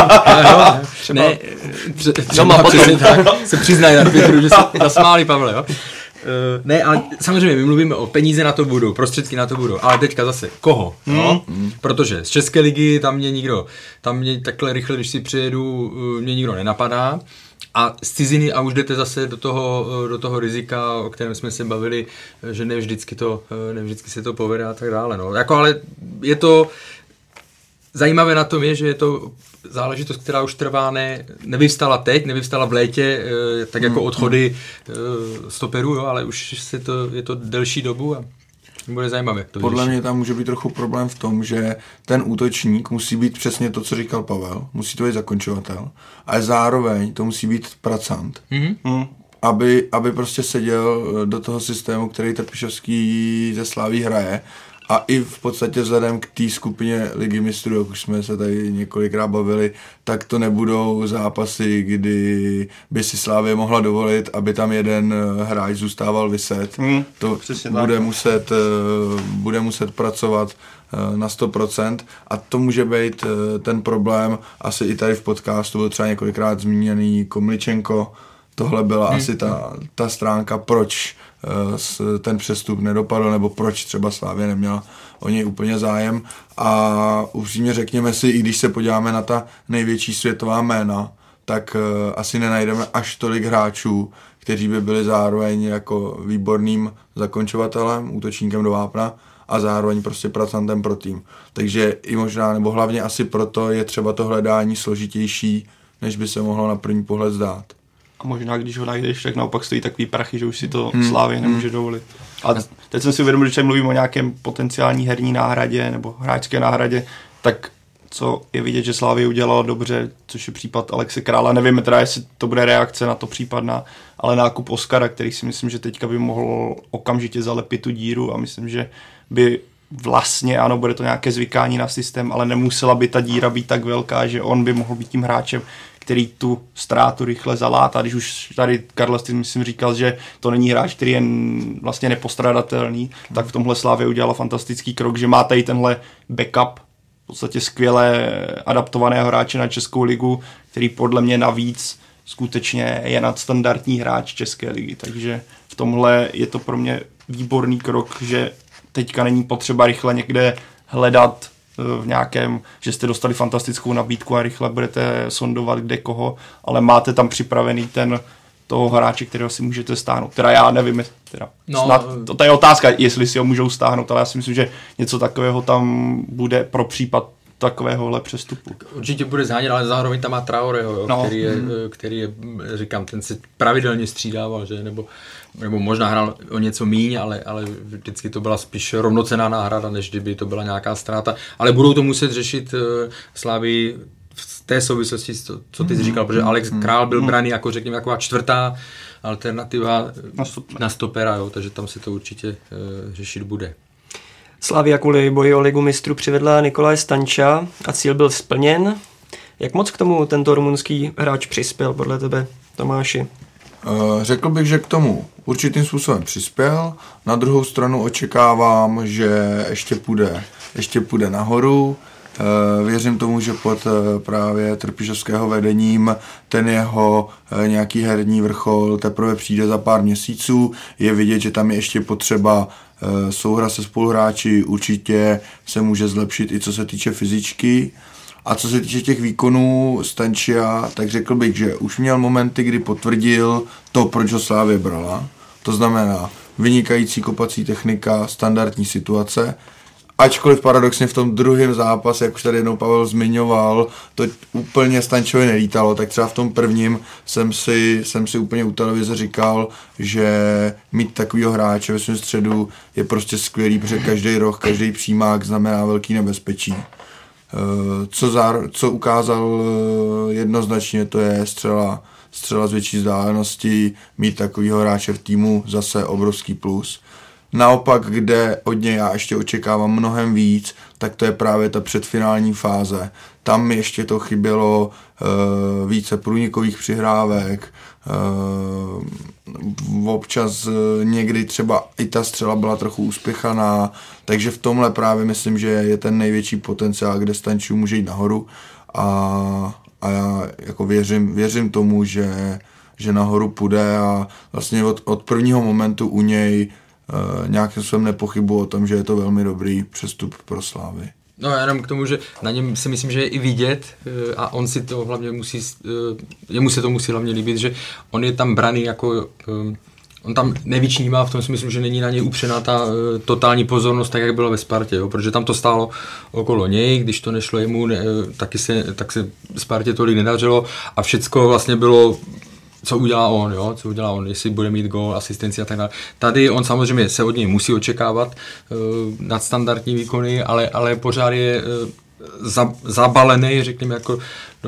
Ne, přesně tak, se přiznají na Twitteru, že se zasmáli, Pavle, jo. Ne, ale samozřejmě my mluvíme o peníze na to budou, prostředky na to budou, ale teďka zase, koho? No? Protože z České ligy tam mě takhle rychle, když si přijedu, mě nikdo nenapadá. A z ciziny a už jdete zase do toho rizika, o kterém jsme se bavili, že ne vždycky se to povede a tak dále. No. Jako, ale je to zajímavé na tom je, že je to záležitost, která už trvá, nevyvstala teď, nevyvstala v létě, tak jako odchody stoperů, jo, ale už je to delší dobu a bude zajímavé, jak to Podle mě tam může být trochu problém v tom, že ten útočník musí být přesně to, co říkal Pavel, musí to být zakončovatel, ale zároveň to musí být pracant. Aby prostě seděl do toho systému, který Trpišovský ze Slaví hraje. A i v podstatě vzhledem k té skupině Ligy mistrů, jak už jsme se tady několikrát bavili, tak to nebudou zápasy, kdy by si Slavie mohla dovolit, aby tam jeden hráč zůstával viset. To bude muset pracovat na 100% a to může být ten problém. Asi i tady v podcastu byl třeba několikrát zmíněný Komličenko. Tohle byla asi ta stránka, proč ten přestup nedopadl, nebo proč třeba Slavie neměla o něj úplně zájem. A upřímně řekněme si, i když se podíváme na ta největší světová jména, tak asi nenajdeme až tolik hráčů, kteří by byli zároveň jako výborným zakončovatelem, útočníkem do vápna a zároveň prostě pracantem pro tým. Takže i možná, nebo hlavně asi proto je třeba to hledání složitější, než by se mohlo na první pohled zdát. A možná, když ho najdeš, tak naopak stojí takový prachy, že už si to Slavie nemůže dovolit. A teď jsem si uvědomil, že mluvím o nějakém potenciální herní náhradě nebo hráčské náhradě, tak co je vidět, že Slavia udělala dobře, což je případ Alexe Krála. Nevíme teda, jestli to bude reakce na to případná, ale nákup Oskara, který si myslím, že teďka by mohl okamžitě zalepit tu díru a myslím, že by vlastně, ano, bude to nějaké zvykání na systém, ale nemusela by ta díra být tak velká, že on by mohl být tím hráčem, který tu ztrátu rychle zalátá. Když už tady Karla, ty myslím říkal, že to není hráč, který je vlastně nepostradatelný, tak v tomhle Slavia udělala fantastický krok, že má tady tenhle backup, v podstatě skvěle adaptovaného hráče na Českou ligu, který podle mě navíc skutečně je nadstandardní hráč České ligy, takže v tomhle je to pro mě výborný krok, že teďka není potřeba rychle někde hledat v nějakém, že jste dostali fantastickou nabídku a rychle budete sondovat kde koho, ale máte tam připravený toho hráče, kterého si můžete stáhnout. Teda já nevím, snad, to je otázka, jestli si ho můžou stáhnout, ale já si myslím, že něco takového tam bude pro případ takovéhohle přestupu. Určitě bude zhánět, ale zároveň tam má Traoreho, který je, říkám, ten se pravidelně střídával, že? Nebo možná hrál o něco míň, ale vždycky to byla spíš rovnocenná náhrada, než kdyby to byla nějaká ztráta. Ale budou to muset řešit Slavii v té souvislosti, co ty jsi říkal, protože Alex Král byl braný jako, řekněme, taková čtvrtá alternativa na stopera, jo, takže tam se to určitě řešit bude. Slavia kvůli boji o ligu mistrů přivedla Nikolaje Stanča a cíl byl splněn. Jak moc k tomu tento rumunský hráč přispěl podle tebe, Tomáši? Řekl bych, že k tomu určitým způsobem přispěl. Na druhou stranu očekávám, že ještě půjde nahoru. Věřím tomu, že pod právě Trpišovského vedením ten jeho nějaký herní vrchol teprve přijde za pár měsíců. Je vidět, že tam je ještě potřeba souhra se spoluhráči, určitě se může zlepšit i co se týče fyzičky. A co se týče těch výkonů Stančia, tak řekl bych, že už měl momenty, kdy potvrdil to, proč ho Slavia brala. To znamená vynikající kopací technika, standardní situace. Ačkoliv paradoxně v tom druhém zápase, jak už tady jednou Pavel zmiňoval, to úplně Stančovi nelítalo, tak třeba v tom prvním jsem si úplně u televize říkal, že mít takovýho hráče ve svém středu je prostě skvělý, protože každý roh, každý přímák znamená velký nebezpečí. Co ukázal jednoznačně, to je střela z větší vzdálenosti, mít takovýho hráče v týmu zase obrovský plus. Naopak, kde od něj já ještě očekávám mnohem víc, tak to je právě ta předfinální fáze. Tam ještě to chybělo více průnikových přihrávek, občas někdy třeba i ta střela byla trochu uspěchaná, takže v tomhle právě myslím, že je ten největší potenciál, kde Stančů může jít nahoru a já jako věřím tomu, že nahoru půjde a vlastně od prvního momentu u něj nějakým způsobem nepochybuji o tom, že je to velmi dobrý přestup pro Slavii. No jenom k tomu, že na něm si myslím, že je i vidět a on si to hlavně jemu se to musí hlavně líbit, že on je tam braný jako, on tam nevyčnívá v tom smyslu, že není na něj upřená ta totální pozornost, tak jak bylo ve Spartě, jo? Protože tam to stálo okolo něj, když to nešlo jemu, tak se Spartě tolik nedařilo a všecko vlastně bylo co udělá on, jestli bude mít gól, asistenci a tak dále. Tady on samozřejmě se od něj musí očekávat nadstandardní výkony, ale pořád je zabalený, řekněme, jako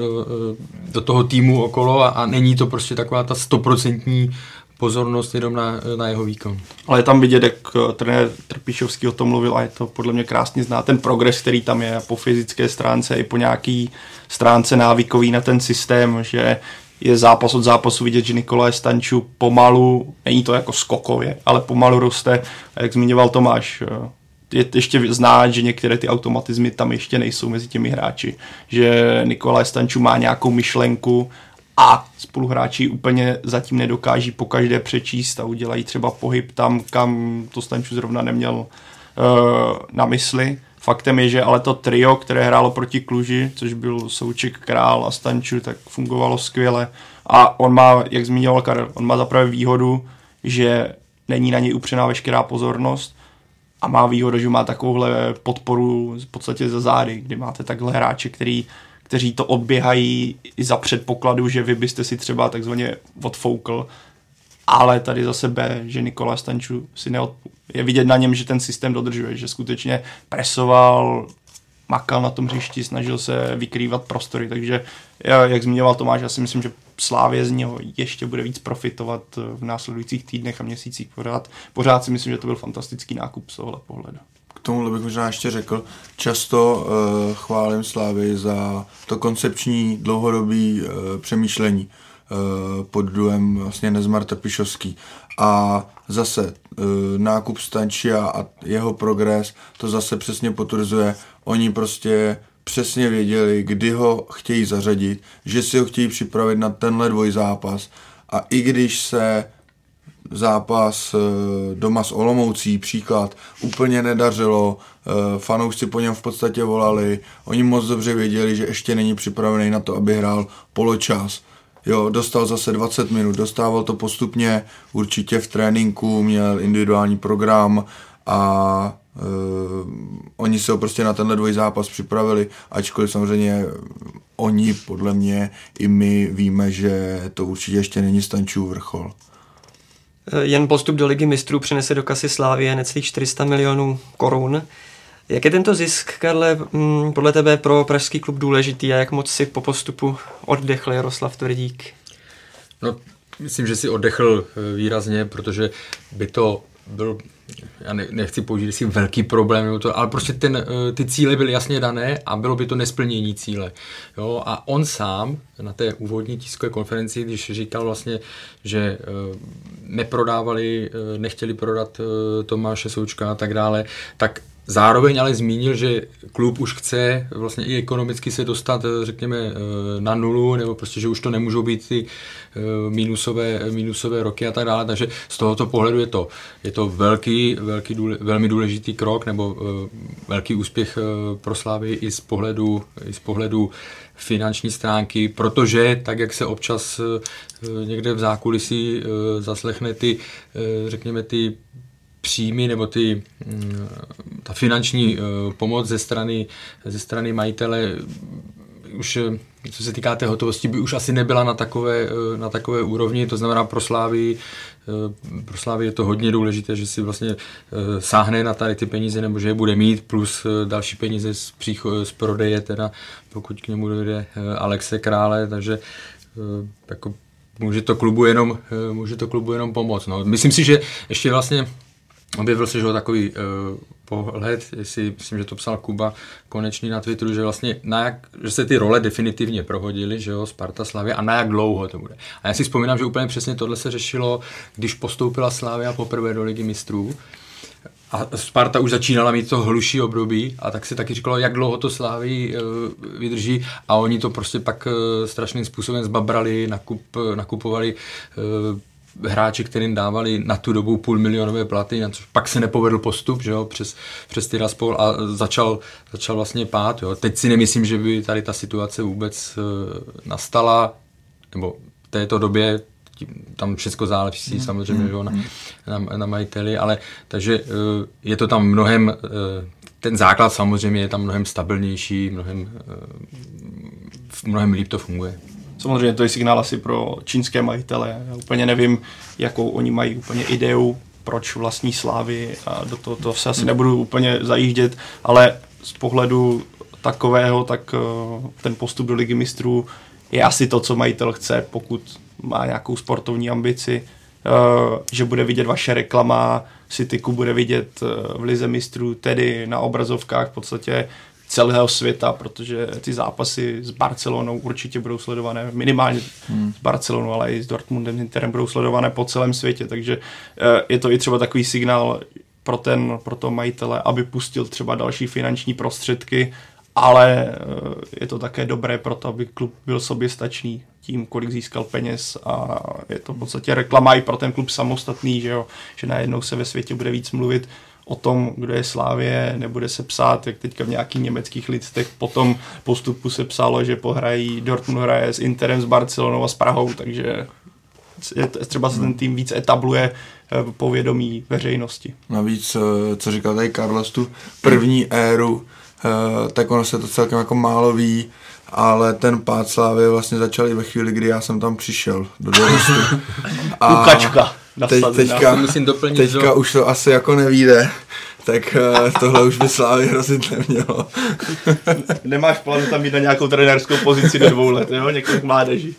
do toho týmu okolo a není to prostě taková ta 100% pozornost jenom na jeho výkon. Ale je tam vidět, jak trenér Trpišovský o tom mluvil a je to podle mě krásně znát ten progres, který tam je po fyzické stránce i po nějaký stránce návykový na ten systém, že je zápas od zápasu vidět, že Nikolaj Stanču pomalu, není to jako skokově, ale pomalu roste. A jak zmiňoval Tomáš, je ještě znát, že některé ty automatizmy tam ještě nejsou mezi těmi hráči. Že Nikolaj Stanču má nějakou myšlenku a spoluhráči úplně zatím nedokáží pokaždé přečíst a udělají třeba pohyb tam, kam to Stanču zrovna neměl na mysli. Faktem je, že ale to trio, které hrálo proti Kluži, což byl Souček, Král a Stanču, tak fungovalo skvěle. A on má, jak zmiňoval Karel, on má zaprvé výhodu, že není na něj upřená veškerá pozornost a má výhodu, že má takovouhle podporu v podstatě za zády, kdy máte takhle hráče, kteří to odběhají i za předpokladu, že vy byste si třeba takzvaně odfoukl. Ale tady zase B, že Nikolaj Stanču je vidět na něm, že ten systém dodržuje, že skutečně presoval makal na tom hřišti, snažil se vykrývat prostory, takže jak zmiňoval Tomáš, já si myslím, že Slavie z něho ještě bude víc profitovat v následujících týdnech a měsících. Pořád si myslím, že to byl fantastický nákup z tohohle pohledu. K tomu bych možná ještě řekl, často chválím Slavii za to koncepční dlouhodobý přemýšlení pod duem vlastně Nezmar-Trpišovský. A zase nákup Stančia a jeho progres to zase přesně potvrzuje. Oni prostě přesně věděli, kdy ho chtějí zařadit, že si ho chtějí připravit na tenhle dvojzápas. A i když se zápas doma s Olomoucí, příklad, úplně nedařilo, fanoušci po něm v podstatě volali, oni moc dobře věděli, že ještě není připravený na to, aby hrál poločas. Jo, dostal zase 20 minut, dostával to postupně, určitě v tréninku, měl individuální program a oni se ho prostě na tenhle dvojzápas připravili, ačkoliv samozřejmě oni, podle mě, i my víme, že to určitě ještě není Stančův vrchol. Jen postup do Ligy mistrů přinese do kasy Slavie necelých 400 milionů korun. Jak je tento zisk, Karle, podle tebe pro pražský klub důležitý a jak moc si po postupu oddechl Jaroslav Tvrdík? No, myslím, že si oddechl výrazně, protože by to byl, já nechci použít si velký problém, ale prostě ty cíle byly jasně dané a bylo by to nesplnění cíle. Jo? A on sám na té úvodní tiskové konferenci, když říkal vlastně, že neprodávali, nechtěli prodat Tomáše Součka a tak dále, tak zároveň ale zmínil, že klub už chce vlastně i ekonomicky se dostat, řekněme, na nulu, nebo prostě, že už to nemůžou být ty minusové roky a tak dále, takže z tohoto pohledu je to velmi důležitý krok, nebo velký úspěch pro Slavii i z pohledu finanční stránky, protože tak, jak se občas někde v zákulisí zaslechne řekněme, ty příjmy nebo ta finanční pomoc ze strany majitele už, co se týká té hotovosti, by už asi nebyla na takové úrovni, to znamená pro Slavii je to hodně důležité, že si vlastně sáhne na tady ty peníze, nebo že je bude mít, plus další peníze z prodeje, teda pokud k němu dojde Alexe Krále, takže jako může to klubu jenom pomoct. No. Myslím si, že ještě vlastně objevil se, že takový pohled, jestli myslím, že to psal Kuba Konečný na Twitteru, že vlastně že se ty role definitivně prohodily, že jo, Sparta, Slavia a na jak dlouho to bude. A já si vzpomínám, že úplně přesně tohle se řešilo, když postoupila Slavia poprvé do Ligy mistrů a Sparta už začínala mít to hluší období a tak se taky říkalo, jak dlouho to Slavii vydrží a oni to prostě pak strašným způsobem zbabrali, nakupovali hráči, kterým dávali na tu dobu 500 000 platy, na což pak se nepovedl postup, že jo, přes Tiraspol a začal vlastně pád. Jo. Teď si nemyslím, že by tady ta situace vůbec nastala, nebo v této době tam všechno záleží samozřejmě jo, na majiteli, ale takže je to tam mnohem, ten základ samozřejmě je tam mnohem stabilnější, mnohem líp to funguje. Samozřejmě to je signál asi pro čínské majitele. Já úplně nevím, jakou oni mají úplně ideu, proč vlastní Slavii a do toho se asi nebudu úplně zajíždět, ale z pohledu takového, tak ten postup do Ligy mistrů je asi to, co majitel chce, pokud má nějakou sportovní ambici, že bude vidět vaše reklama, Cityku bude vidět v Lize mistrů, tedy na obrazovkách v podstatě celého světa, protože ty zápasy s Barcelonou určitě budou sledované, minimálně s Barcelonou, ale i s Dortmundem, s Interem budou sledované po celém světě, takže je to i třeba takový signál pro to majitele, aby pustil třeba další finanční prostředky, ale je to také dobré pro to, aby klub byl soběstačný tím, kolik získal peněz a je to v podstatě reklama i pro ten klub samostatný, že najednou se ve světě bude víc mluvit o tom, kdo je Slavie, nebude se psát, jak teďka v nějakých německých listech po tom postupu se psalo, že pohrají, Dortmund hraje s Interem, s Barcelonou a s Prahou, takže třeba se ten tým víc etabluje povědomí veřejnosti. Navíc, co říkal tady Carlos, tu první éru, tak ono se to celkem jako málo ví, ale ten pád Slavie vlastně začal i ve chvíli, kdy já jsem tam přišel do dorostu. Ukačka. Teďka už to asi jako nevíde, tak tohle už by Slávě hrozit nemělo. Nemáš plán tam jít na nějakou trenérskou pozici do 2 let, jo? Několik mládeží.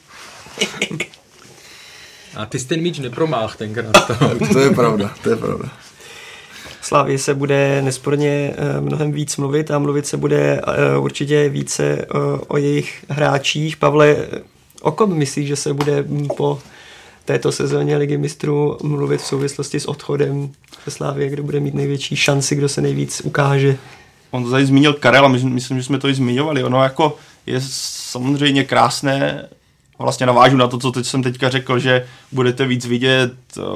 A ty jsi ten míč nepromáhl tenkrát. To je pravda. Slávě se bude nesporně mnohem víc mluvit a mluvit se bude určitě více o jejich hráčích. Pavle, o kom myslíš, že se bude po této sezóně Ligy mistrů mluvit v souvislosti s odchodem ze Slávie, kdo bude mít největší šanci, kdo se nejvíc ukáže? On to tady zmínil Karel a myslím, že jsme to i zmiňovali. Ono jako je samozřejmě krásné, vlastně navážu na to, co teď jsem teďka řekl, že budete víc vidět,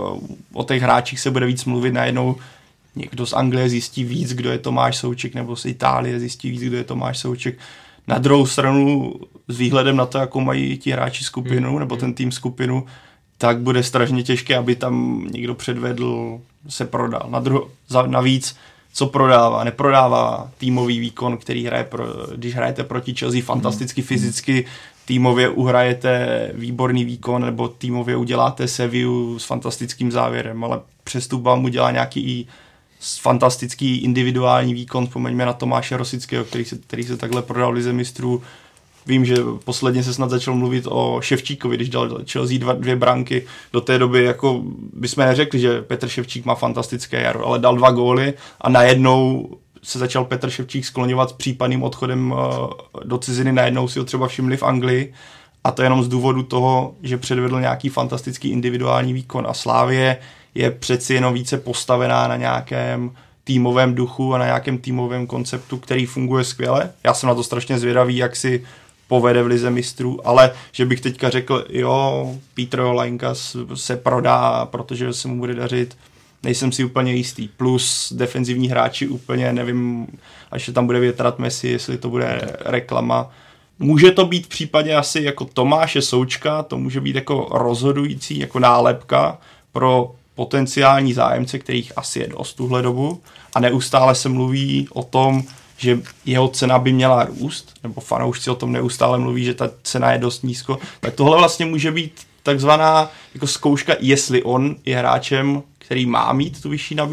o těch hráčích se bude víc mluvit, najednou někdo z Anglie zjistí víc, kdo je Tomáš Souček, nebo z Itálie zjistí víc, kdo je Tomáš Souček. Na druhou stranu s výhledem na to, jakou mají ti hráči skupinu, nebo ten tým skupinu, tak bude strašně těžké, aby tam někdo předvedl, se prodal. Navíc, co prodává? Neprodává týmový výkon, který hraje, když hrajete proti Chelsea fantasticky fyzicky, týmově uhrajete výborný výkon, nebo týmově uděláte Sevillu s fantastickým závěrem, ale přestup vám udělá nějaký i fantastický individuální výkon. Vzpomeňme na Tomáše Rosického, který se takhle prodal v Lize mistrů. Vím, že posledně se snad začal mluvit o Ševčíkovi, když dal Chelsea 2 branky. Do té doby jako bychom neřekli, že Petr Ševčík má fantastické jaro, ale dal 2 góly a najednou se začal Petr Ševčík skloňovat s případným odchodem do ciziny. Najednou si ho třeba všimli v Anglii a to jenom z důvodu toho, že předvedl nějaký fantastický individuální výkon a Slavie je přeci jenom více postavená na nějakém týmovém duchu a na nějakém týmovém konceptu, který funguje skvěle. Já jsem na to strašně zvědavý, jak si povede v Lize mistrů, ale že bych teďka řekl, jo, Petr Lajnka se prodá, protože se mu bude dařit, nejsem si úplně jistý. Plus defenzivní hráči úplně nevím, až se tam bude větrat Messi, jestli to bude reklama. Může to být v případě asi jako Tomáše Součka, to může být jako rozhodující, jako nálepka pro potenciální zájemce, kterých asi je dost tuhle dobu a neustále se mluví o tom, že jeho cena by měla růst, nebo fanoušci o tom neustále mluví, že ta cena je dost nízko, tak tohle vlastně může být takzvaná jako zkouška, jestli on je hráčem, který má mít tu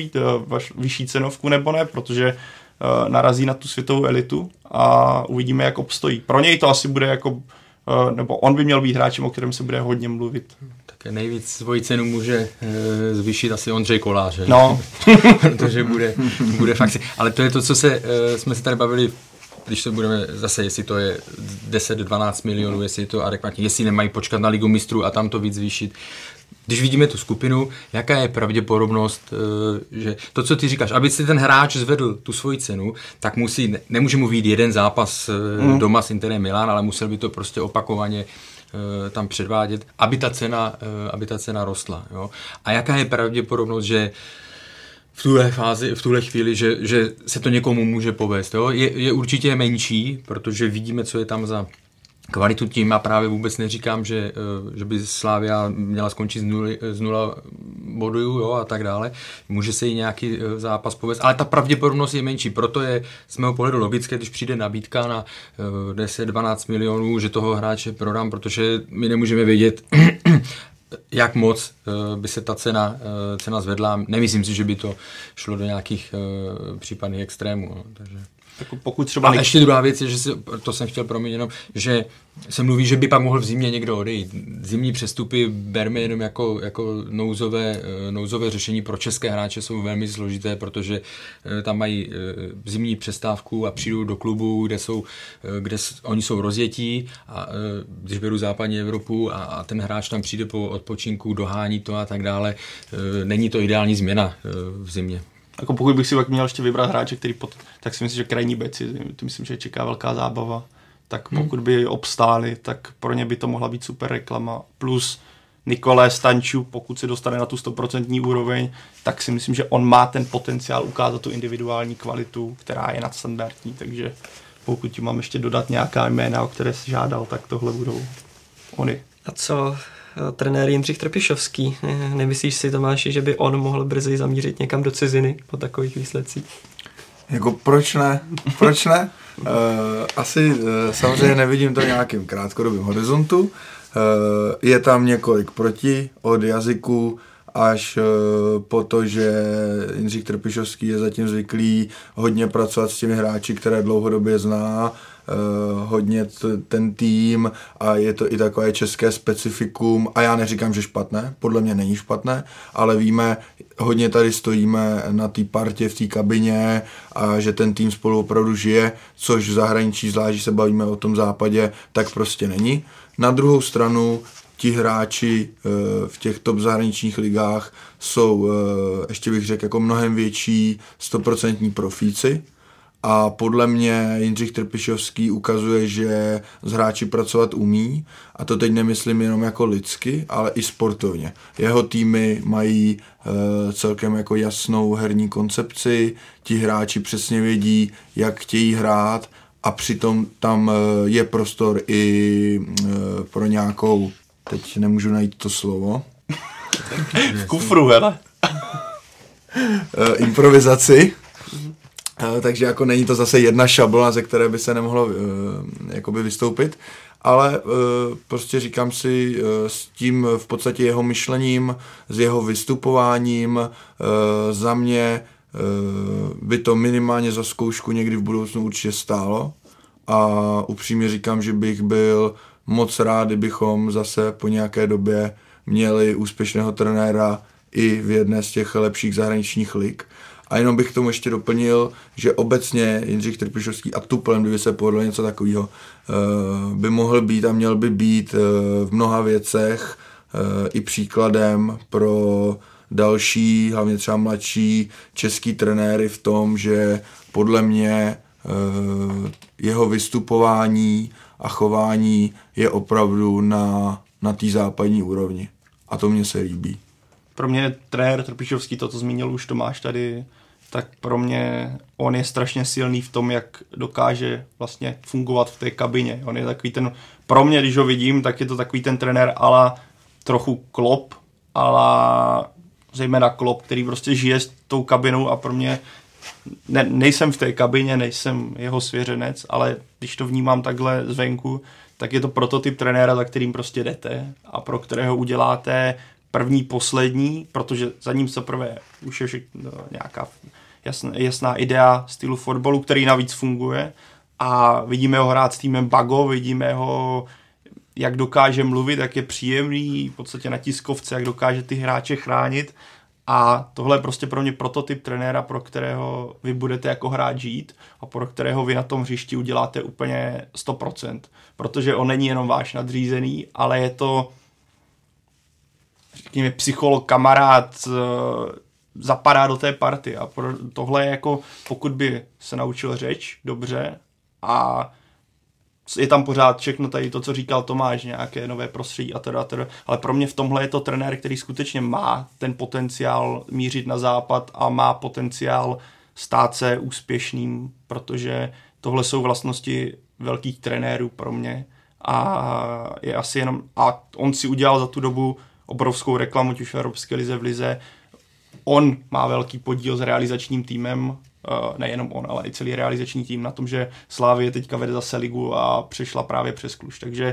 vyšší cenovku nebo ne, protože narazí na tu světovou elitu a uvidíme, jak obstojí. Pro něj to asi bude jako, nebo on by měl být hráčem, o kterém se bude hodně mluvit. Tak nejvíc svoji cenu může zvýšit asi Ondřej Kolář, no. Protože bude fakt. Ale to je to, co jsme se tady bavili, když se budeme zase, jestli to je 10-12 milionů, jestli je to adekvátně, jestli nemají počkat na Ligu mistrů a tam to víc zvýšit. Když vidíme tu skupinu, jaká je pravděpodobnost, že to, co ty říkáš, aby si ten hráč zvedl tu svoji cenu, tak nemůže mu vyjít jeden zápas doma s Interem Milán, ale musel by to prostě opakovaně tam předvádět, aby ta cena rostla. Jo? A jaká je pravděpodobnost, že v tuhle chvíli, že se to někomu může povést. Jo? Je určitě menší, protože vidíme, co je tam za kvalitu tím a právě vůbec neříkám, že by Slavia měla skončit z 0 bodů, jo, a tak dále. Může se jí nějaký zápas povést, ale ta pravděpodobnost je menší. Proto je z mého pohledu logické, když přijde nabídka na 10-12 milionů, že toho hráče prodám, protože my nemůžeme vědět, jak moc by se ta cena zvedla. Nemyslím si, že by to šlo do nějakých případných extrémů. No, takže. Pokud třeba a ještě druhá věc je, že to jsem chtěl proměnit jenom, že se mluví, že by pak mohl v zimě někdo odejít. Zimní přestupy berme jenom jako nouzové řešení pro české hráče jsou velmi složité, protože tam mají zimní přestávku a přijdou do klubu, kde oni jsou rozjetí a když beru západní Evropu a ten hráč tam přijde po odpočinku, dohání to a tak dále, není to ideální změna v zimě. Jako pokud bych si pak měl ještě vybrat hráče, tak si myslím, že krajní beci, to myslím, že čeká velká zábava, tak pokud by obstáli, tak pro ně by to mohla být super reklama. Plus Nikolé Stanču, pokud se dostane na tu 100% úroveň, tak si myslím, že on má ten potenciál ukázat tu individuální kvalitu, která je nadstandardní, takže pokud ti mám ještě dodat nějaká jména, o které jsi žádal, tak tohle budou oni. A co trenér Jindřich Trpišovský? Nemyslíš si, Tomáši, že by on mohl brzy zamířit někam do ciziny po takových výsledcích? Jako proč ne? Proč ne? Asi samozřejmě nevidím to nějakým krátkodobým horizontu. Je tam několik proti od jazyků až po to, že Jindřich Trpišovský je zatím zvyklý hodně pracovat s těmi hráči, které dlouhodobě zná, hodně ten tým a je to i takové české specifikum a já neříkám, že špatné, podle mě není špatné, ale víme, hodně tady stojíme na té partě v té kabině a že ten tým spolu opravdu žije, což v zahraničí, zvlášť, že se bavíme o tom západě, tak prostě není. Na druhou stranu ti hráči v těch top zahraničních ligách jsou, ještě bych řekl, jako mnohem větší 100% profíci. A podle mě Jindřich Trpišovský ukazuje, že s hráči pracovat umí a to teď nemyslím jenom jako lidsky, ale i sportovně. Jeho týmy mají celkem jako jasnou herní koncepci, ti hráči přesně vědí, jak chtějí hrát a přitom tam je prostor i pro nějakou, teď nemůžu najít to slovo. V kufru, hele. Improvizaci. Takže jako není to zase jedna šablona, ze které by se nemohlo jakoby vystoupit, ale prostě říkám si s tím v podstatě jeho myšlením, s jeho vystupováním, za mě by to minimálně za zkoušku někdy v budoucnu určitě stálo a upřímně říkám, že bych byl moc rád, kdybychom zase po nějaké době měli úspěšného trenéra i v jedné z těch lepších zahraničních lig. A jenom bych k tomu ještě doplnil, že obecně Jindřich Trpišovský a Tuplem, kdyby se povedlo něco takového, by mohl být a měl by být v mnoha věcech i příkladem pro další, hlavně třeba mladší český trenéry v tom, že podle mě jeho vystupování a chování je opravdu na té západní úrovni. A to mně se líbí. Pro mě trenér Trpišovský, to, co zmínil už Tomáš tady, tak pro mě on je strašně silný v tom, jak dokáže vlastně fungovat v té kabině. On je takový ten, pro mě, když ho vidím, tak je to takový ten trenér ala trochu Klopp, ala zejména Klopp, který prostě žije s tou kabinou a pro mě nejsem v té kabině, nejsem jeho svěřenec, ale když to vnímám takhle zvenku, tak je to prototyp trenéra, za kterým prostě jdete a pro kterého uděláte první, poslední, protože za ním se prvé už je nějaká jasná idea stylu fotbalu, který navíc funguje a vidíme ho hrát s týmem Bago, vidíme ho, jak dokáže mluvit, jak je příjemný, v podstatě na tiskovce, jak dokáže ty hráče chránit a tohle je prostě pro mě prototyp trenéra, pro kterého vy budete jako hráč žít a pro kterého vy na tom hřišti uděláte úplně 100%, protože on není jenom váš nadřízený, ale je to řekněme psycholog, kamarád, zapadá do té party a tohle je jako, pokud by se naučil řeč dobře a je tam pořád všechno tady to, co říkal Tomáš, nějaké nové prostředí a teda, ale pro mě v tomhle je to trenér, který skutečně má ten potenciál mířit na západ a má potenciál stát se úspěšným, protože tohle jsou vlastnosti velkých trenérů pro mě a je asi jenom, a on si udělal za tu dobu obrovskou reklamu, už v Evropské lize, v lize. On má velký podíl s realizačním týmem, nejenom on, ale i celý realizační tým na tom, že Slavie teďka vede zase ligu a přešla právě přes Kluž. Takže,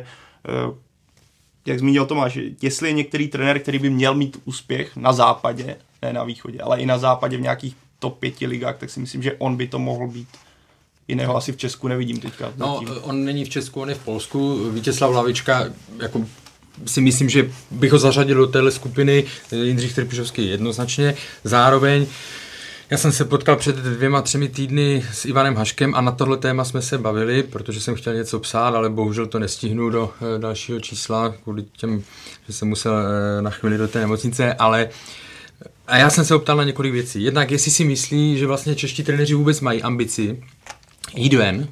jak zmínil Tomáš, jestli je některý trenér, který by měl mít úspěch na západě, ne na východě, ale i na západě v nějakých top 5 ligách, tak si myslím, že on by to mohl být. Jiného asi v Česku nevidím teďka. No, on není v Česku, on je v Polsku. Vítězslav Lavička, jako si myslím, že bych ho zařadil do téhle skupiny, Jindřich Trpišovský jednoznačně. Zároveň já jsem se potkal před 2-3 týdny s Ivanem Haškem a na tohle téma jsme se bavili, protože jsem chtěl něco psát, ale bohužel to nestihnu do dalšího čísla, kvůli těm, že jsem musel na chvíli do té nemocnice, ale a já jsem se optal na několik věcí. Jednak jestli si myslí, že vlastně čeští trenéři vůbec mají ambici jít ven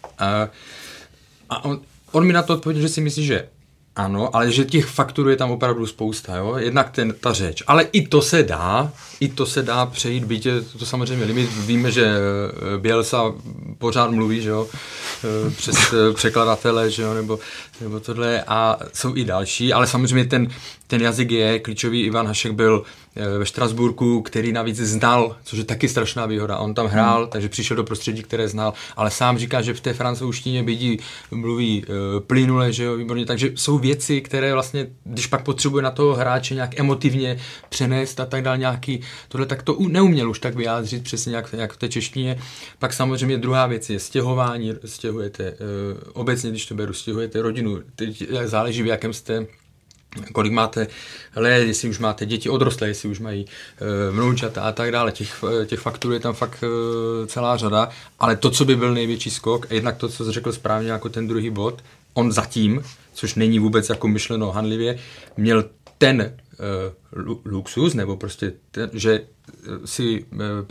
a on mi na to odpověděl, že si myslí, že ano, ale že těch faktorů je tam opravdu spousta, jo? Jednak ta řeč, ale i to se dá přejít, byť je to samozřejmě limit. Víme, že Bielsa pořád mluví, že jo, přes překladatele, že jo, nebo tohle, a jsou i další, ale samozřejmě ten jazyk je klíčový. Ivan Hašek byl ve Štrasburku, který navíc znal, což je taky strašná výhoda. On tam hrál, takže přišel do prostředí, které znal, ale sám říká, že v té francouzštině mluví plynule, že jo, výborně, takže jsou věci, které vlastně, když pak potřebuje na toho hráče nějak emotivně přenést a tak dále nějaký tohle, tak to neuměl už tak vyjádřit přesně jak v té češtině. Pak samozřejmě druhá věc je stěhování, stěhujete obecně, když to beru, stěhujete rodinu, teď záleží v jakém jste, kolik máte let, jestli už máte děti odrostlé, jestli už mají vnoučata a tak dále. Těch faktorů je tam fakt celá řada, ale to, co by byl největší skok, a jednak to, co jsi řekl správně jako ten druhý bod, on zatím, což není vůbec jako myšleno hanlivě, měl ten luxus, nebo prostě že si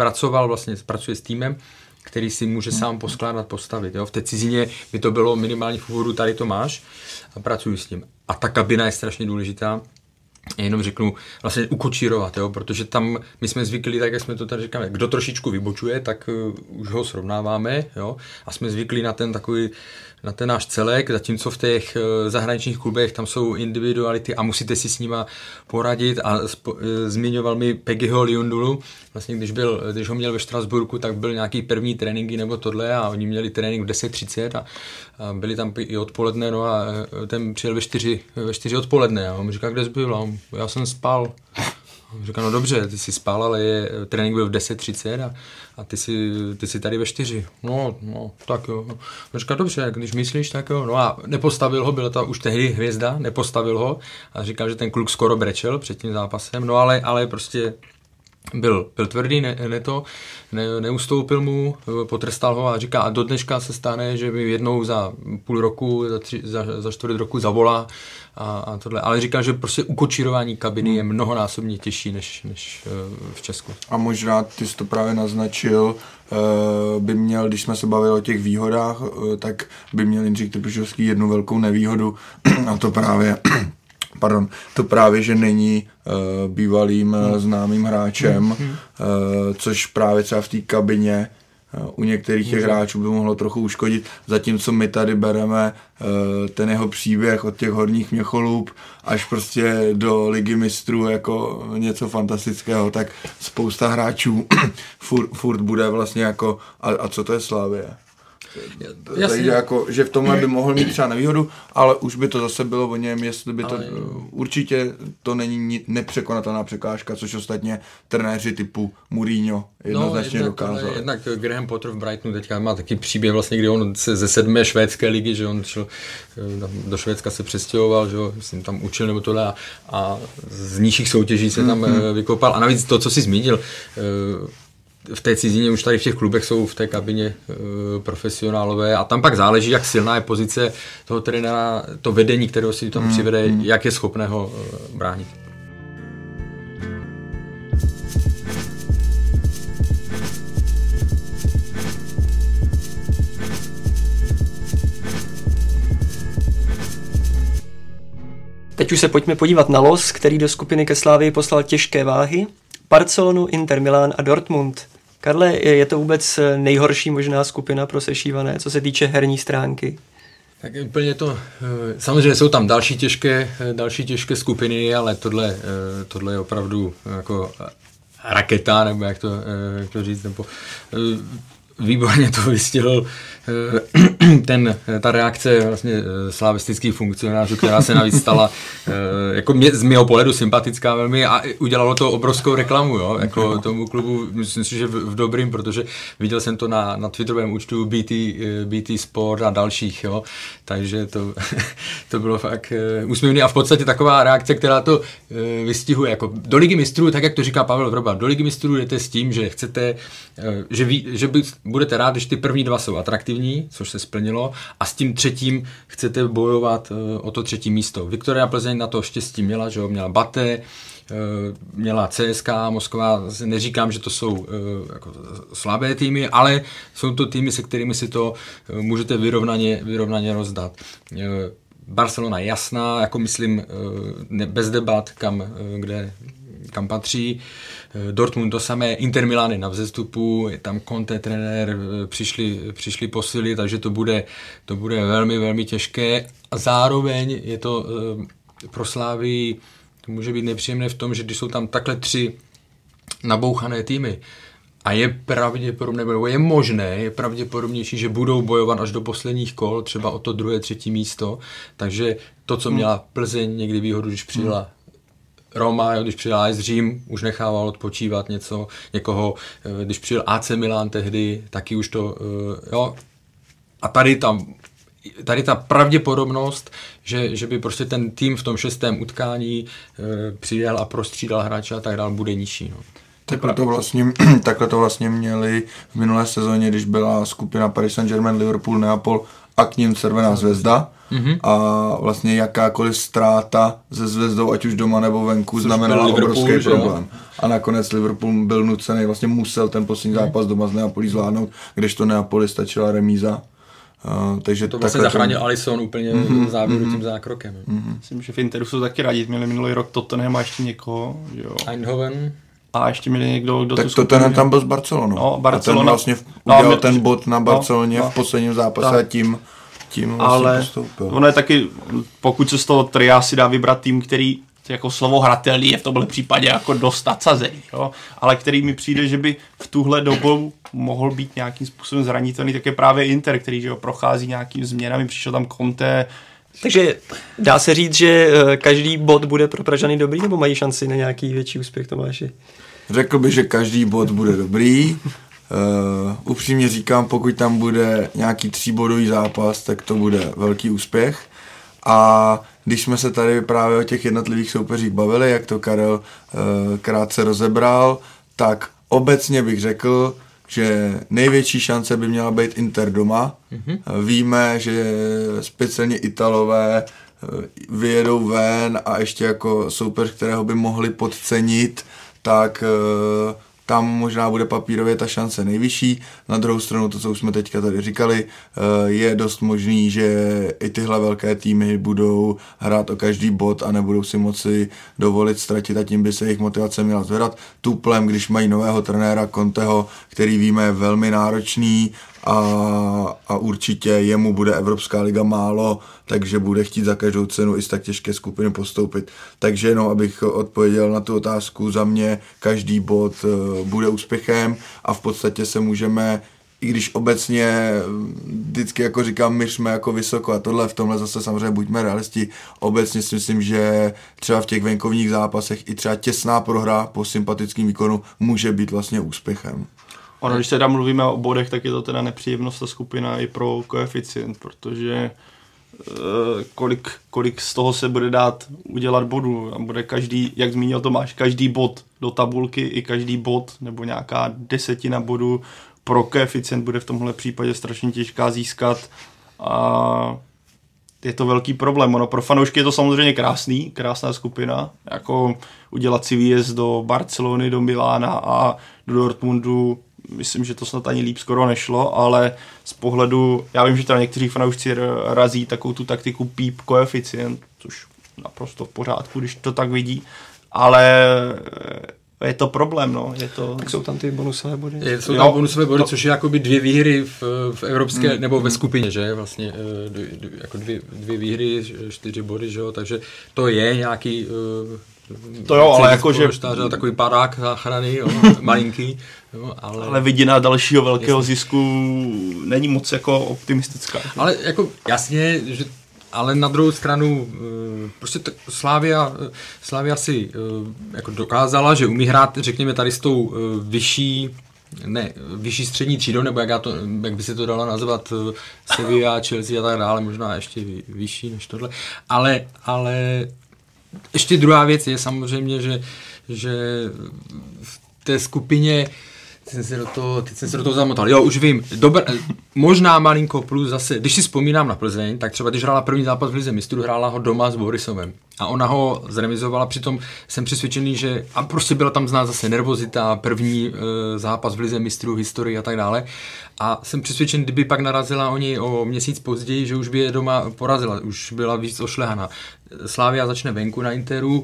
pracuje s týmem, který si může sám poskládat, postavit. Jo? V té cizině by to bylo minimální v úvodu, tady to máš a pracuji s tím. A ta kabina je strašně důležitá. Já jenom řeknu, vlastně ukočírovat, jo? Protože tam my jsme zvyklí, tak jak jsme to tady říkáme, kdo trošičku vybočuje, tak už ho srovnáváme, jo? A jsme zvyklí na ten náš celek, zatímco v těch zahraničních klubech tam jsou individuality a musíte si s nima poradit a zmiňoval mi Peggyho Liundulu, vlastně když ho měl ve Štrasburku, tak byl nějaký první tréninky nebo tohle a oni měli trénink v 10:30 a byli tam i odpoledne, no a ten přijel ve 4 odpoledne a on mi říká, kde jsi byl? A já jsem spal. Říká, no dobře, ty jsi spal, ale trénink byl v 10:30 a ty jsi tady ve 4. No, tak jo. Říká, dobře, když myslíš, tak jo. No a nepostavil ho, byla to už tehdy hvězda, nepostavil ho a říkal, že ten kluk skoro brečel před tím zápasem, no ale prostě byl tvrdý, neustoupil mu, potrestal ho a říká, a do dneška se stane, že mi jednou za půl roku, za čtvrt roku zavolá a tohle. Ale říká, že prostě ukočírování kabiny je mnohonásobně těžší než v Česku. A možná ty jsi to právě naznačil, by měl, když jsme se bavili o těch výhodách, tak by měl Jindřich Trpišovský jednu velkou nevýhodu a to právě, že není bývalým známým hráčem, což právě třeba v té kabině u některých těch hráčů by mohlo trochu uškodit, zatímco my tady bereme ten jeho příběh od těch Horních Měcholůb až prostě do Ligy mistrů jako něco fantastického, tak spousta hráčů furt bude vlastně jako, a co to je Slavie? Takže jako, že v tomhle by mohl mít třeba nevýhodu, ale už by to zase bylo o něm, jestli by to, určitě to není nepřekonatelná překážka, což ostatně trenéři typu Mourinho jednoznačně dokázali. Jednak Graham Potter v Brightonu teďka má taky příběh vlastně, kdy on se ze 7. švédské ligy, že on šel do Švédska, se přestěhoval, že myslím tam učil nebo tohle a z nižších soutěží se tam vykopal a navíc to, co jsi zmínil, v té cizině už tady v těch klubech jsou v té kabině profesionálové a tam pak záleží, jak silná je pozice toho trenéra, to vedení, kterého si tam přivede, jak je schopné ho bránit. Teď už se pojďme podívat na los, který do skupiny ke Slavii poslal těžké váhy. Barcelonu, Inter Milán a Dortmund. Karle, je to vůbec nejhorší možná skupina pro sešívané, co se týče herní stránky? Tak úplně to, samozřejmě jsou tam další těžké skupiny, ale tohle je opravdu jako raketa, nebo jak to říct, nebo výborně to vystihl ta reakce vlastně slavistických funkcionářů, která se navíc stala jako z mého pohledu sympatická velmi a udělalo to obrovskou reklamu, jo, jako tomu klubu, myslím si, že v dobrým, protože viděl jsem to na twitterovém účtu BT Sport a dalších, jo, takže to bylo fakt úsměvný a v podstatě taková reakce, která to vystihuje, jako do Ligy mistrů, tak jak to říká Pavel Vroba, do Ligy mistrů jdete s tím, že chcete, že budete rád, když ty první dva jsou atraktivní, což se splnilo, a s tím třetím chcete bojovat o to třetí místo. Viktoria Plzeň na to štěstí měla, že jo, měla Bate, měla CSKA, Moskva, neříkám, že to jsou jako slabé týmy, ale jsou to týmy, se kterými si to můžete vyrovnaně rozdat. Barcelona jasná, jako myslím, bez debat, kde kam patří. Dortmund to samé, Inter Milan je na vzestupu, je tam Conte trenér, přišli posily, takže to bude velmi, velmi těžké. A zároveň je to pro Slávii, to může být nepříjemné v tom, že když jsou tam takhle 3 nabouchané týmy, a je pravděpodobné, nebo je možné, je pravděpodobnější, že budou bojovat až do posledních kol, třeba o to 2., 3. místo. Takže to, co měla Plzeň někdy výhodu, když přijela Roma, když přijela AS Řím, už nechával odpočívat někoho, když přijel AC Milan tehdy, taky už to, jo. A tady ta pravděpodobnost, že by prostě ten tým v tom 6. utkání přijel a prostřídal hráče a tak dál, bude nižší, no. Takhle to vlastně měli v minulé sezóně, když byla skupina Paris Saint-Germain, Liverpool, Neapol a k ním Červená zvezda. A vlastně jakákoliv ztráta se Zvezdou, ať už doma nebo venku, znamenala obrovský problém. A nakonec Liverpool byl nucený, vlastně musel ten poslední zápas doma z Neapolí zvládnout, kdežto Neapoli stačila remíza. Takže to vlastně zachránil Alisson úplně v závěru tím zákrokem. Myslím, že v Interu jsou taky rádi, měli minulý rok Tottenham a ještě někoho. Jo. Eindhoven. A ještě měli někdo, kdo tak to ten tam byl s Barcelonou. No, Barcelona. A ten vlastně udělal ten bod na Barceloně v posledním zápase a tím vlastně ale postoupil. Ono je taky, pokud se z toho tria si dá vybrat tým, který jako slovo hratelný je v tomhle případě jako dost nadsazený, jo? Ale který mi přijde, že by v tuhle dobu mohl být nějakým způsobem zranitelný, tak je právě Inter, který že jo, prochází nějakými změnami, přišel tam Conte. Takže dá se říct, že každý bod bude pro Pražany dobrý, nebo mají šanci na nějaký větší úspěch, Tomáši? Řekl bych, že každý bod bude dobrý. Upřímně říkám, pokud tam bude nějaký 3bodový zápas, tak to bude velký úspěch. A když jsme se tady právě o těch jednotlivých soupeřích bavili, jak to Karel krátce rozebral, tak obecně bych řekl, že největší šance by měla být Inter doma. Víme, že speciálně Italové vyjedou ven a ještě jako soupeř, kterého by mohli podcenit, tak tam možná bude papírově ta šance nejvyšší. Na druhou stranu, to, co už jsme teďka tady říkali, je dost možný, že i tyhle velké týmy budou hrát o každý bod a nebudou si moci dovolit ztratit a tím by se jejich motivace měla zvedat. Tuplem, když mají nového trenéra Conteho, který víme je velmi náročný a určitě jemu bude Evropská liga málo, takže bude chtít za každou cenu i z tak těžké skupiny postoupit. Takže jenom, abych odpověděl na tu otázku, za mě každý bod bude úspěchem a v podstatě se můžeme, i když obecně vždycky jako říkám, my jsme jako vysoko a tohle v tomhle zase samozřejmě buďme realisti, obecně si myslím, že třeba v těch venkovních zápasech i třeba těsná prohra po sympatickým výkonu může být vlastně úspěchem. Ono, když teda mluvíme o bodech, tak je to teda nepříjemnost ta skupina i pro koeficient, protože kolik z toho se bude dát udělat bodů. A bude každý, jak zmínil Tomáš, každý bod do tabulky i každý bod nebo nějaká 10 bodů pro koeficient bude v tomhle případě strašně těžká získat a je to velký problém. Ono pro fanoušky je to samozřejmě krásná skupina, jako udělat si výjezd do Barcelony, do Milána a do Dortmundu. Myslím, že to snad ani líp skoro nešlo, ale z pohledu, já vím, že teda někteří fanoušci razí takovou tu taktiku PEEP koeficient, což naprosto v pořádku, když to tak vidí, ale je to problém, no. Tak jsou tam ty bonusové body. Jsou tam bonusové body, což je jakoby 2 výhry v evropské, nebo ve skupině, že? Vlastně jako 2 výhry, 4 body, že jo? Takže to je nějaký to jo, ale jakože takový padák záchrany, jo, malinký, jo, ale vidina dalšího velkého zisku není moc jako optimistická. Ale jako jasně, že ale na druhou stranu prostě Slavia si jako dokázala, že umí hrát, řekněme, tady s tou vyšší střední třídou, nebo jak by se to dalo nazvat, Sevilla, Chelsea a tak dále, možná ještě vyšší než tohle, ale ještě druhá věc je samozřejmě, že v té skupině teď jsem se do toho zamotal. Jo, už vím. Možná malinko plus zase, když si vzpomínám na Plzeň, tak třeba když hrála první zápas v Lize mistrů, hrála ho doma s Borisovem. A ona ho zremizovala, přitom jsem přesvědčený, že a prostě byla tam znát zase nervozita, první zápas v Lize mistrů, historii a tak dále. A jsem přesvědčen, kdyby pak narazila oni o měsíc později, že už by je doma porazila, už byla víc ošlehaná. Slavia začne venku na Interu,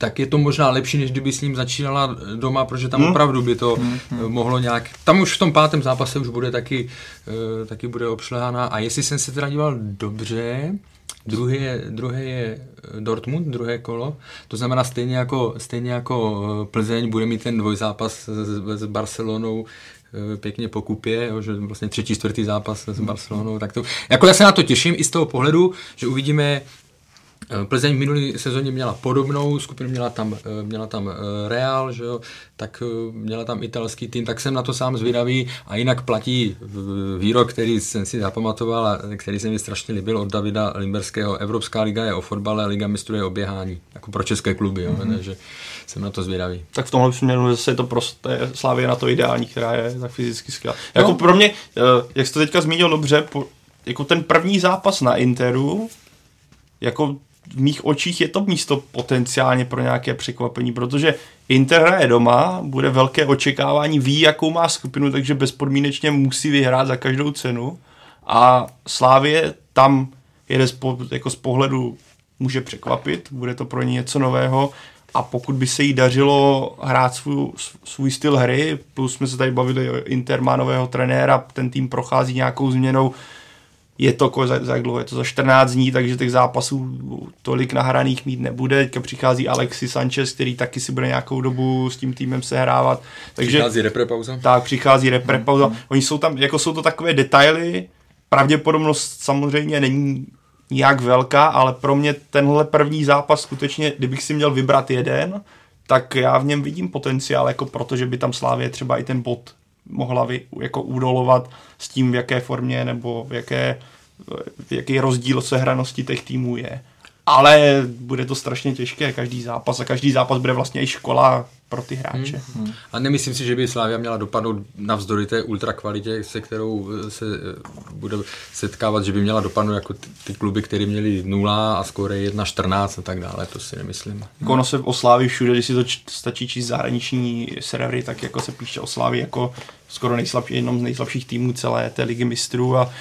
tak je to možná lepší, než kdyby s ním začínala doma, protože tam opravdu by to mohlo nějak... Tam už v tom 5. zápase už bude taky bude obšlehaná. A jestli jsem se teda díval dobře, druhé je Dortmund, druhé kolo, to znamená stejně jako Plzeň bude mít ten dvojzápas s Barcelonou pěkně po kupě, že vlastně 3., 4. zápas s Barcelonou, tak to, jako já se na to těším i z toho pohledu, že uvidíme. Plzeň v minulé sezóně měla podobnou skupinu, měla tam Real, že jo, tak měla tam italský tým, tak jsem na to sám zvědavý a jinak platí výrok, který jsem si zapamatoval a který se mi strašně líbil od Davida Limberského. Evropská liga je o fotbale, Liga mistrů je o běhání, jako pro české kluby, jo, takže jsem na to zvědavý. Tak v tomhle směru zase je to prostě Slavia na to ideální, která je tak fyzicky skvělá. Jako pro mě, jak jsi to teďka zmínil dobře, jako ten první zápas na Interu, jako v mých očích je to místo potenciálně pro nějaké překvapení, protože Inter hraje doma, bude velké očekávání, ví, jakou má skupinu, takže bezpodmínečně musí vyhrát za každou cenu a Slavie tam jede jako z pohledu může překvapit, bude to pro ně něco nového a pokud by se jí dařilo hrát svůj styl hry, plus jsme se tady bavili o Inter má nového trenéra, ten tým prochází nějakou změnou, je to za jak dlouho, je to za 14 dní, takže těch zápasů tolik nahraných mít nebude. Teďka přichází Alexis Sanchez, který taky si bude nějakou dobu s tím týmem sehrávat. Takže přichází reprepauza. Tak, přichází reprepauza. Oni jsou tam, jako jsou to takové detaily, pravděpodobnost samozřejmě není nějak velká, ale pro mě tenhle první zápas skutečně, kdybych si měl vybrat jeden, tak já v něm vidím potenciál, jako protože by tam Slavie třeba i ten bod mohla jako údolovat s tím, v jaké formě nebo jaký rozdíl sehranosti těch týmů je. Ale bude to strašně těžké každý zápas a každý zápas bude vlastně i škola pro ty hráče. A nemyslím si, že by Slavia měla dopadnout navzdory té ultrakvalitě, se kterou se bude setkávat, že by měla dopadnout jako ty kluby, které měly 0 a skóre 1-14 a tak dále, to si nemyslím. Jako ono se o Slavii všude, když si to stačí číst zahraniční servery, tak jako se píše o Slavii jako skoro jednom z nejslabších týmů celé té ligy mistrů a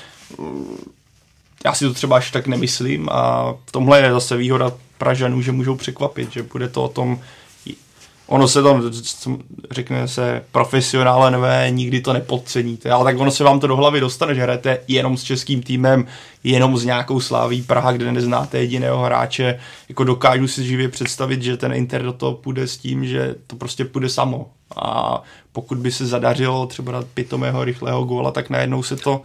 já si to třeba až tak nemyslím a v tomhle je zase výhoda Pražanů, že můžou překvapit, že bude to o tom, ono se tam, řekne se, profesionálové, nikdy to nepodceníte, ale tak ono se vám to do hlavy dostane, že hrajete jenom s českým týmem, jenom s nějakou Slaví Praha, kde neznáte jediného hráče, jako dokážu si živě představit, že ten Inter do toho půjde s tím, že to prostě půjde samo a pokud by se zadařilo třeba dát pitomého rychlého góla, tak najednou se to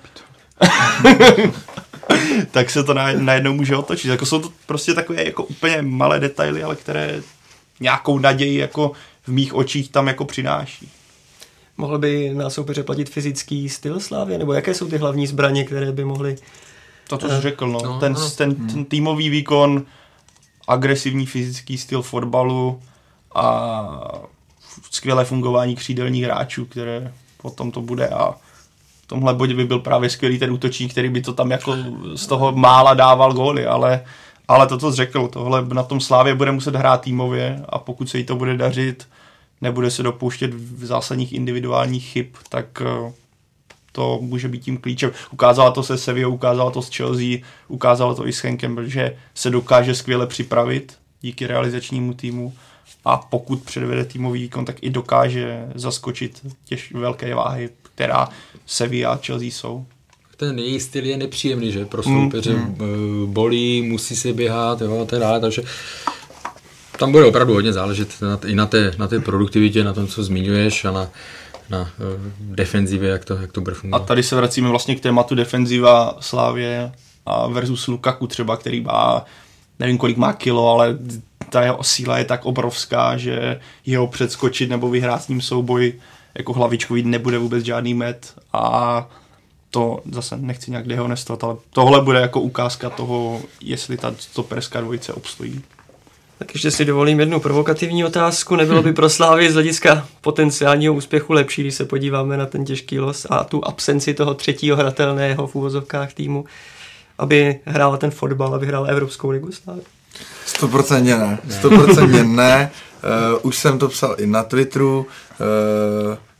tak se to najednou může otočit. Jako jsou to prostě takové jako úplně malé detaily, ale které nějakou naději jako v mých očích tam jako přináší. Mohl by na soupeře platit fyzický styl Slavie? Nebo jaké jsou ty hlavní zbraně, které by mohly... To jsi řekl, no. Ten týmový výkon, agresivní fyzický styl fotbalu a skvělé fungování křídelních hráčů, které potom to bude a v tomhle bodě by byl právě skvělý ten útočník, který by to tam jako z toho mála dával góly, ale to, co jsi řekl, tohle na tom Slavie bude muset hrát týmově a pokud se jí to bude dařit, nebude se dopouštět v zásadních individuálních chyb, tak to může být tím klíčem. Ukázala to se Sevillou, ukázala to s Chelsea, ukázala to i s Henkem, že se dokáže skvěle připravit díky realizačnímu týmu a pokud předvede týmový výkon, tak i dokáže zaskočit velké váhy, která Sevilla a Chelsea jsou. Ten její styl je nepříjemný, že? Pro soupeře bolí, musí se běhat, jo, takže tam bude opravdu hodně záležet i na té produktivitě, na tom, co zmiňuješ a na defenzivě, jak to bude fungovat. A tady se vracíme vlastně k tématu defenziva Slavie a versus Lukaku třeba, který má, nevím kolik má kilo, ale ta jeho síla je tak obrovská, že jeho předskočit nebo vyhrát s ním souboj jako hlavičkový nebude vůbec žádný met a to zase nechci nějak dehonestovat, ale tohle bude jako ukázka toho, jestli ta stoperská dvojice obstojí. Tak ještě si dovolím jednu provokativní otázku. Nebylo by pro Slavii z hlediska potenciálního úspěchu lepší, když se podíváme na ten těžký los a tu absenci toho třetího hratelného v úvozovkách týmu, aby hrála ten fotbal, aby hrála Evropskou ligu Slavii? 100% ne. 100% ne. Už jsem to psal i na Twitteru.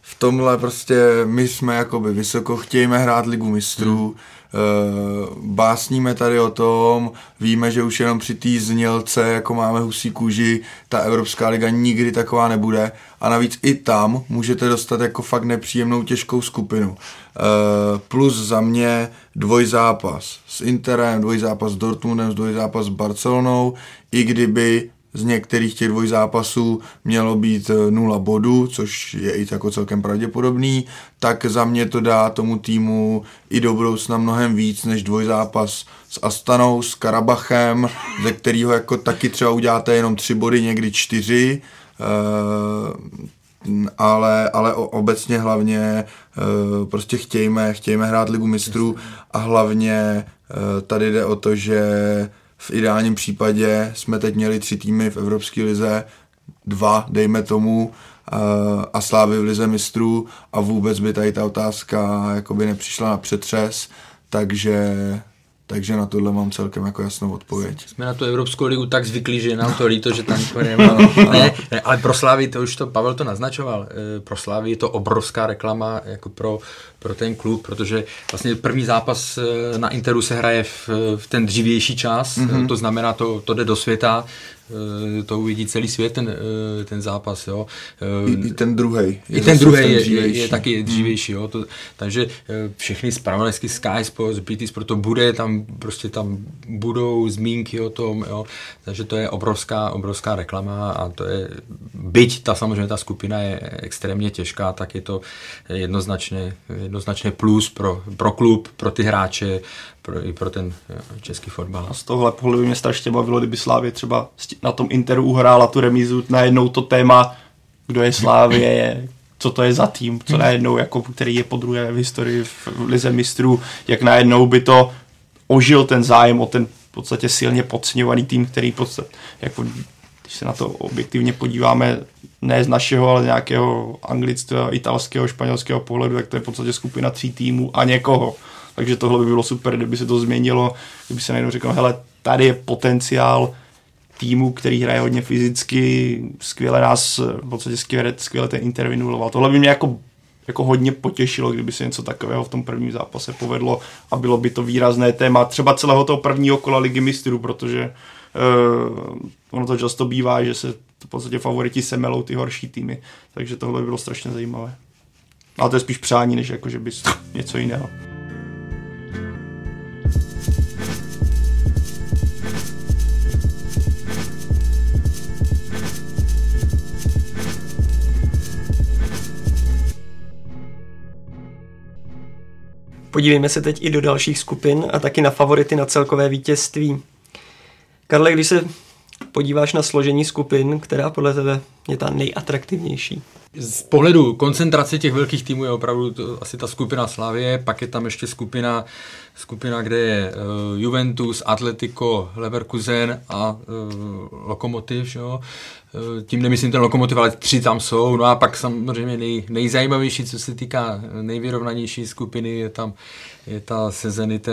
v tomhle prostě my jsme jakoby vysoko, chtějme hrát Ligu mistrů, básníme tady o tom, víme, že už jenom při té znělce, jako máme husí kůži, ta Evropská liga nikdy taková nebude a navíc i tam můžete dostat jako fakt nepříjemnou těžkou skupinu. Plus za mě dvojzápas s Interem, dvojzápas s Dortmundem, dvojzápas s Barcelonou, i kdyby z některých těch dvojzápasů mělo být 0 bodů, což je i jako celkem pravděpodobný, tak za mě to dá tomu týmu i do budoucna mnohem víc než dvojzápas s Astanou, s Karabachem, ze kterého jako taky třeba uděláte jenom 3 body, někdy 4, ale obecně hlavně prostě chtějme hrát Ligu mistrů a hlavně tady jde o to, že v ideálním případě jsme teď měli 3 týmy v Evropské lize, 2, dejme tomu, a Slávy v lize mistrů a vůbec by tady ta otázka jakoby nepřišla na přetřes, takže na tohle mám celkem jako jasnou odpověď. Jsme na tu Evropskou ligu tak zvyklí, že nám to líto, že tam to nemá. Ne, ale pro Slávy, to už to Pavel to naznačoval, pro Slávy je to obrovská reklama jako pro ten klub, protože vlastně první zápas na Interu se hraje v ten dřívější čas, to znamená, to jde do světa, to uvidí celý svět, ten zápas, jo. I ten druhej. I ten druhej je taky dřívější, jo. Takže všechny zpravodajské Sky Sports, BT Sport, to bude, tam budou zmínky o tom, jo. Takže to je obrovská reklama a to je, byť samozřejmě ta skupina je extrémně těžká, tak je to jednoznačně plus pro klub, pro ty hráče, i pro ten český fotbal. A z tohohle pohledu mě strašně bavilo, kdyby Slávě třeba na tom Interu uhrála tu remízu, najednou to téma, kdo je Slávě, co to je za tým, co najednou, jako, který je podruhé v historii v lize mistrů, jak najednou by to ožil ten zájem o ten v podstatě silně podceňovaný tým, který jako, když se na to objektivně podíváme, ne z našeho, ale z nějakého anglického, italského, španělského pohledu, tak to je v podstatě skupina 3 týmů a někoho. Takže tohle by bylo super, kdyby se to změnilo, kdyby se najednou řekl, hele, tady je potenciál týmu, který hraje hodně fyzicky, skvěle nás, v podstatě skvěle ten Inter vynuloval. Tohle by mě jako hodně potěšilo, kdyby se něco takového v tom prvním zápase povedlo a bylo by to výrazné téma třeba celého toho prvního kola Ligy mistrů, protože ono to často bývá, že se v podstatě favoriti semelou ty horší týmy, takže tohle by bylo strašně zajímavé. Ale to je spíš přání, než jako, že bys něco jiného. Podívejme se teď i do dalších skupin a taky na favority na celkové vítězství. Karle, když se podíváš na složení skupin, která podle tebe je ta nejatraktivnější? Z pohledu koncentrace těch velkých týmů je opravdu asi ta skupina Slavie, pak je tam ještě skupina, kde je Juventus, Atletico, Leverkusen a Lokomotiv, jo. Tím nemyslím ten Lokomotiv, ale 3 tam jsou. No a pak samozřejmě nejzajímavější, co se týká nejvyrovnanější skupiny, je ta se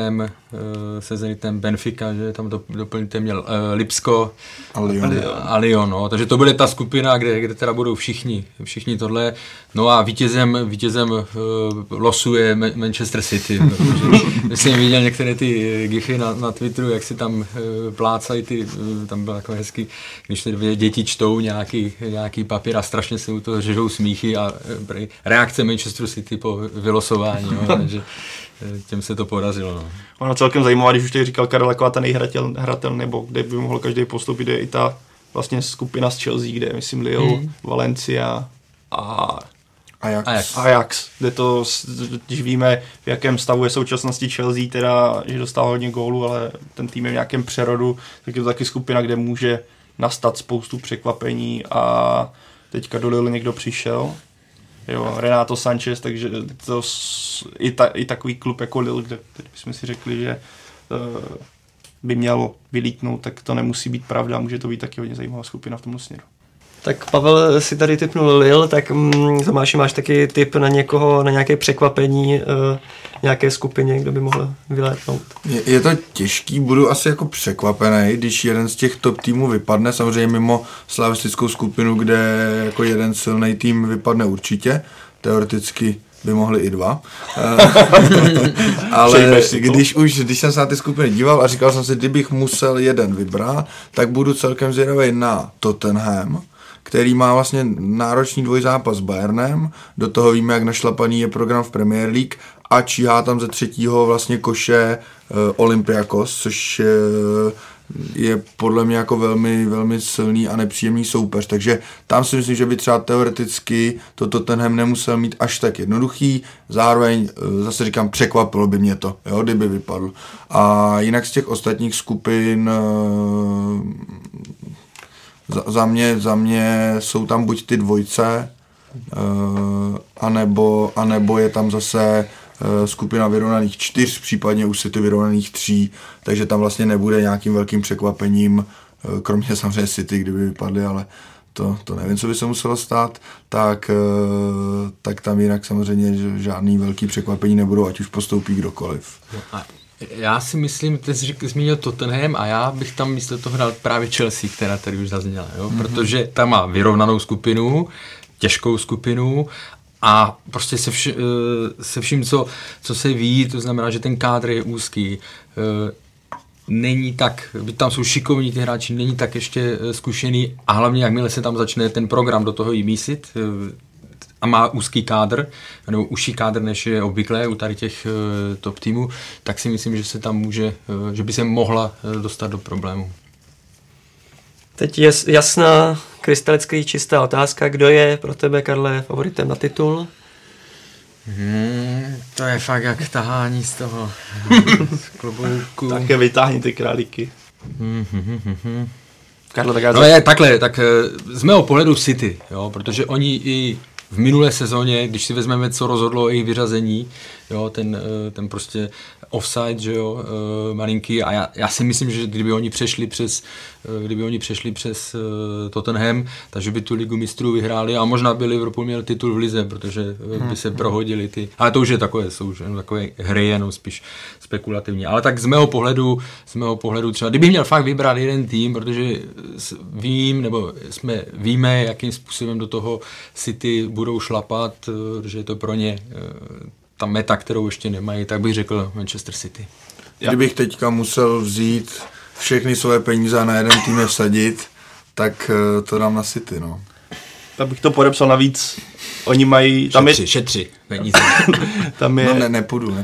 Zenitem Benfica, že tam doplňte měl Lipsko a Lyon, no. Takže to bude ta skupina, kde teda budou všichni tohle. No a vítězem losuje Manchester City. Jsem viděl některé ty gify na Twitteru, jak si tam plácají tam bylo jako hezky, když ty 2 děti čtou nějaký papír a strašně se u toho řežou smíchy a reakce Manchester City po vylosování, jo, takže těm se to podařilo. No. Ono celkem zajímavé, když už tady říkal Karel, taková ta nejhratelná, nebo kde by mohl každý postoupit, je i ta vlastně skupina z Chelsea, kde je, myslím, Lille, Valencia a Ajax, kde to, když víme, v jakém stavu je současnosti Chelsea, teda, že dostal hodně gólů, ale ten tým je v nějakém přerodu, tak je to taky skupina, kde může nastat spoustu překvapení a teďka do Lille někdo přišel, jo, Renato Sanchez, takže to i takový klub jako Lille, kde bychom si řekli, že by měl vylítnout, tak to nemusí být pravda, může to být taky hodně zajímavá skupina v tomhle směru. Tak Pavel si tady tipnul Lille, tak Tomáši, máš taky tip na někoho, na nějaké překvapení, nějaké skupině, kdo by mohl vylétnout? Je to těžký, budu asi jako překvapený, když jeden z těch top týmů vypadne, samozřejmě mimo slavistickou skupinu, kde jako jeden silný tým vypadne určitě, teoreticky by mohli i 2. Ale když jsem se na ty skupiny díval a říkal jsem si, kdybych musel jeden vybrat, tak budu celkem zvědavý na Tottenham, který má vlastně náročný dvojzápas s Bayernem, do toho víme, jak našlapaný je program v Premier League a číhá tam ze 3. vlastně koše Olympiakos, což je podle mě jako velmi, velmi silný a nepříjemný soupeř, takže tam si myslím, že by třeba teoreticky to Tottenham nemusel mít až tak jednoduchý, zároveň zase říkám, překvapilo by mě to, jo, kdyby vypadl. A jinak z těch ostatních skupin za mě jsou tam buď ty dvojce, anebo je tam zase skupina vyrovnaných 4, případně už City vyrovnaných 3, takže tam vlastně nebude nějakým velkým překvapením, kromě samozřejmě City, kdyby vypadly, ale to nevím, co by se muselo stát, tak tam jinak samozřejmě žádný velký překvapení nebudou, ať už postoupí kdokoliv. Já si myslím, ty jsi zmínil Tottenham a já bych tam místo toho dal právě Chelsea, která tady už zazněla, jo? Protože tam má vyrovnanou skupinu, těžkou skupinu a prostě se vším, co se ví, to znamená, že ten kádr je úzký, není tak, tam jsou šikovní ty hráči, není tak ještě zkušený a hlavně jakmile se tam začne ten program do toho jí mísit a má úzký kádr, nebo užší kádr, než je obvyklé u tady těch top týmů, tak si myslím, že se tam že by se mohla dostat do problému. Teď je jasná, krystalicky čistá otázka, kdo je pro tebe, Karle, favoritem na titul? To je fakt jak tahání z toho klobouku. Také vytáhni ty králíky. Karle, tak z mého pohledu City, jo, protože oni i v minulé sezóně, když si vezmeme, co rozhodlo jejich vyřazení, jo, ten prostě offside, že jo, malinký, a já si myslím, že kdyby oni přešli přes Tottenham, takže by tu ligu mistrů vyhráli a možná by Liverpool měl titul v lize, protože by se prohodili ty, ale to už je takové, jsou už takové hry, jenom spíš spekulativní, ale tak z mého pohledu třeba, kdybych měl fakt vybrat jeden tým, protože víme, jakým způsobem do toho City budou šlapat, že je to pro ně ta meta, kterou ještě nemají, tak bych řekl Manchester City. Kdybych teďka musel vzít všechny své peníze a na jeden tým je vsadit, tak to dám na City, no. Tak bych to podepsal navíc. Oni mají... Šetři peníze. Tam je... No nepůjdu.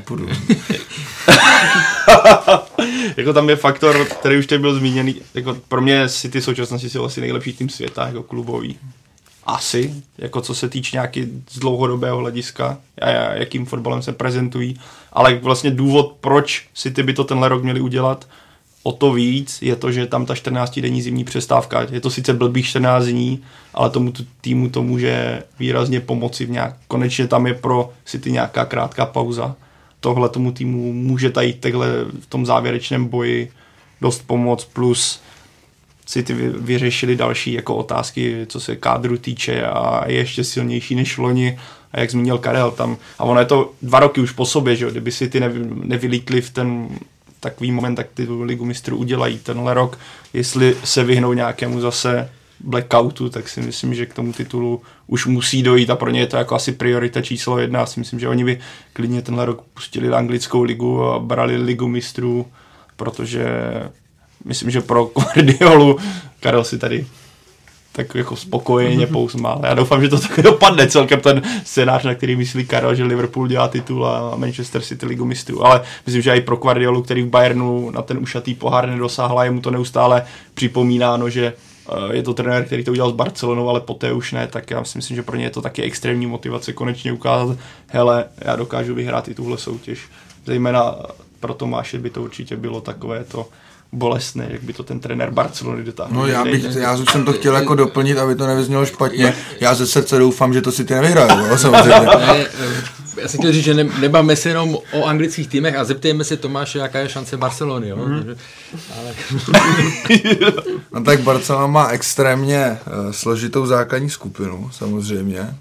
Jako tam je faktor, který už tady byl zmíněný. Jako pro mě City v současnosti jsou asi nejlepší tým světa, jako klubový. Asi, jako co se týče nějaký z dlouhodobého hlediska, jakým fotbalem se prezentují, ale vlastně důvod, proč City by to tenhle rok měli udělat, o to víc je to, že tam ta 14denní zimní přestávka, je to sice blbých 14 dní, ale tomu týmu to může výrazně pomoci konečně tam je pro City nějaká krátká pauza. Tohle tomu týmu může tady takhle v tom závěrečném boji dost pomoct, plus City vyřešili další jako otázky, co se kádru týče a je ještě silnější než loni. A jak zmínil Karel tam, a ono je to 2 roky už po sobě, že kdyby City nevylítli v ten takový moment, tak ty ligu mistrů udělají tenhle rok. Jestli se vyhnou nějakému zase blackoutu, tak si myslím, že k tomu titulu už musí dojít a pro ně je to jako asi priorita číslo 1. Já si myslím, že oni by klidně tenhle rok pustili anglickou ligu a brali ligu mistrů, protože myslím, že pro Guardiolu Karel si tady tak jako spokojeně pousmál. Já doufám, že to tak dopadne celkem ten scénář, na který myslí Karel, že Liverpool dělá titul a Manchester City ligu mistrů. Ale myslím, že i pro Guardiolu, který v Bayernu na ten ušatý pohár nedosáhl, je mu to neustále připomínáno, že je to trenér, který to udělal s Barcelonou, ale poté už ne, tak já si myslím, že pro ně je to taky extrémní motivace konečně ukázat, hele, já dokážu vyhrát i tuhle soutěž. Zejména pro Tomáše by to určitě bylo takové to bolestné, jak by to ten trenér Barcelony dotáhl. No já jsem to chtěl jako doplnit, aby to nevyznělo špatně. Já ze srdce doufám, že to City nevyhrajou, samozřejmě. Já jsem chtěl říct, že nebavíme se jenom o anglických týmech a zeptejme se Tomáše, jaká je šance Barcelony. Jo? Ale... No tak Barcelona má extrémně složitou základní skupinu, samozřejmě.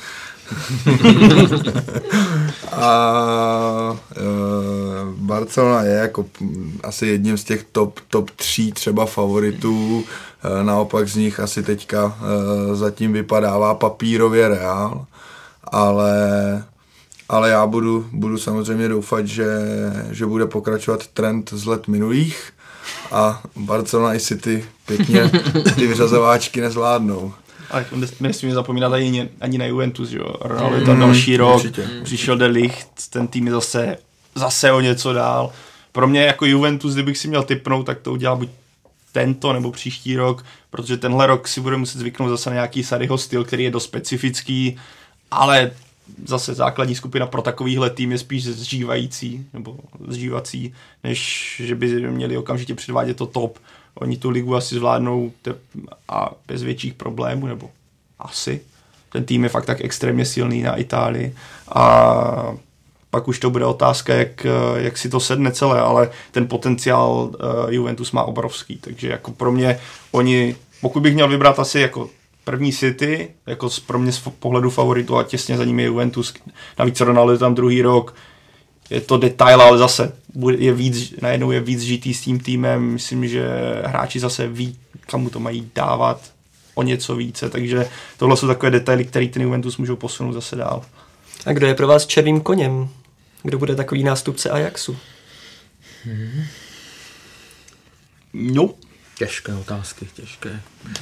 A Barcelona je jako asi jedním z těch top 3 třeba favoritů, naopak z nich asi teďka zatím vypadává papírově Real ale já budu samozřejmě doufat, že bude pokračovat trend z let minulých a Barcelona i City pěkně ty vyřazováčky nezvládnou. Ale nesmíme zapomínat ani na Juventus, jo. Ronaldo je tam další rok, přišel De Ligt, ten tým je zase o něco dál. Pro mě jako Juventus, kdybych si měl tipnout, tak to udělá buď tento nebo příští rok, protože tenhle rok si bude muset zvyknout zase na nějaký Sarriho styl, který je dost specifický, ale zase základní skupina pro takovýhle tým je spíš zžívací, než že by měli okamžitě předvádět to top. Oni tu ligu asi zvládnou a bez větších problémů, nebo asi. Ten tým je fakt tak extrémně silný na Itálii a pak už to bude otázka, jak si to sedne celé, ale ten potenciál Juventus má obrovský, takže jako pro mě oni, pokud bych měl vybrat asi jako první City, jako pro mě z pohledu favoritu a těsně za nimi je Juventus, navíc Ronaldo je tam druhý rok, je to detail, ale zase najednou je víc žitý s tím týmem, myslím, že hráči zase ví, kam mu to mají dávat o něco více, takže tohle jsou takové detaily, které ten Juventus můžou posunout zase dál. A kdo je pro vás černým koněm? Kdo bude takový nástupce Ajaxu? No. Těžké otázky, těžké.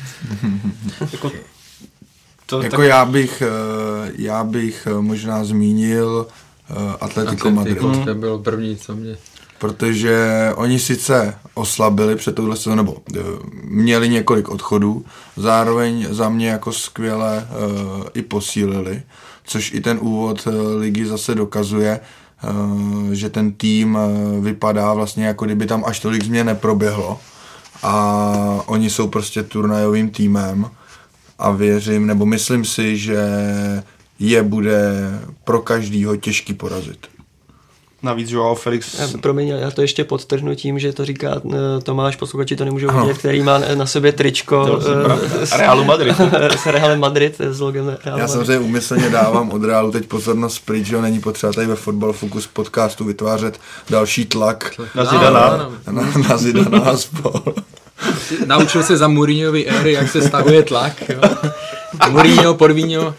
Já bych možná zmínil Atletico Madrid. To bylo první, co mě... Protože oni sice oslabili před touhle sezónou, nebo měli několik odchodů, zároveň za mě jako skvěle i posílili, což i ten úvod ligy zase dokazuje, že ten tým vypadá vlastně jako kdyby tam až tolik změn neproběhlo a oni jsou prostě turnajovým týmem a věřím, nebo myslím si, že je bude pro každýho těžký porazit. Navíc Joao Felix... Promiň, já to ještě podtrhnu tím, že to říká Tomáš, posluchači to nemůžou vidět, který má na sobě tričko Realu Madrid. S Realem Madrid, s logem Realu Madrid. Já samozřejmě úmyslně dávám od Realu teď pozornost pryč, že není potřeba tady ve Football Focus podcastu vytvářet další tlak na Zidana a spol. Naučil se za Mourinhovy éry, jak se stahuje tlak. Jo. Mourinho, Porvinho.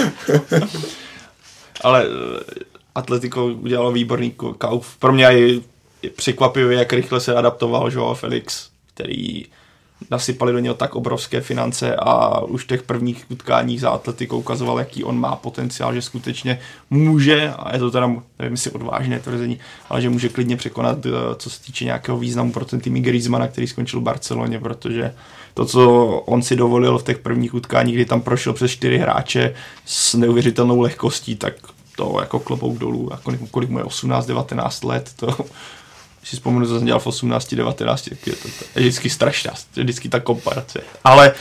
Ale Atletico udělalo výborný kauf. Pro mě je překvapivě, jak rychle se adaptoval Joao Felix, který nasypali do něho tak obrovské finance a už v těch prvních utkáních za Atletico ukazoval, jaký on má potenciál, že skutečně může, a je to teda, nevím, jestli odvážné tvrzení, ale že může klidně překonat, co se týče nějakého významu pro ten tým Griezmana, který skončil v Barceloně, protože to, co on si dovolil v těch prvních utkáních, kdy tam prošel přes 4 hráče s neuvěřitelnou lehkostí, tak to jako klobouk dolů, jako kolik mu je 18-19 let, to si vzpomenu, co jsem dělal v 18-19, tak je to vždycky strašná, vždycky ta komparace. Ale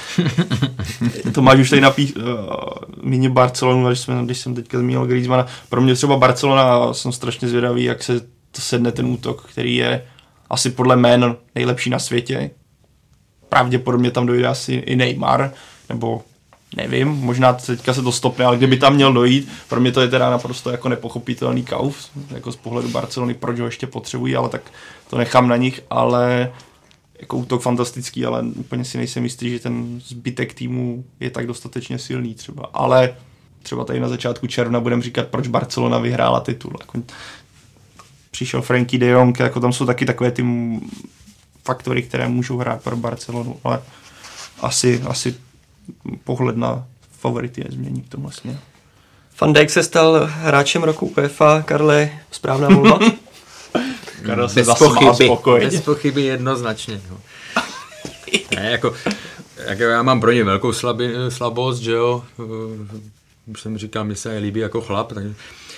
to máš už tady míně Barcelonu, když jsem teďka zmínil Griezmana. Pro mě třeba Barcelona, jsem strašně zvědavý, jak se to sedne ten útok, který je asi podle jmén nejlepší na světě. Pravděpodobně tam dojde asi i Neymar, nebo nevím, možná teďka se to stopne, ale kdyby tam měl dojít, pro mě to je teda naprosto jako nepochopitelný kauf, jako z pohledu Barcelony, proč ho ještě potřebují, ale tak to nechám na nich, ale jako útok fantastický, ale úplně si nejsem jistý, že ten zbytek týmu je tak dostatečně silný třeba, ale třeba tady na začátku června budeme říkat, proč Barcelona vyhrála titul. Jako přišel Frankie de Jong, jako tam jsou taky takové ty faktory, které můžou hrát pro Barcelonu, ale asi pohled na favority nezmění v tomhle směru. Van Dijk se stal hráčem roku UEFA. Karle, správná volba? Karel se zasmál spokojeně. Bez pochyby jednoznačně. No. Ne, jako já mám pro ně velkou slabost, že jo. Už jsem říkal, mně se líbí jako chlap, tak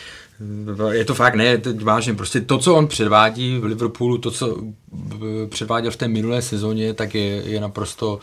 je to fakt, ne, teď vážně, prostě to, co on předvádí v Liverpoolu, to, co předváděl v té minulé sezóně, tak je naprosto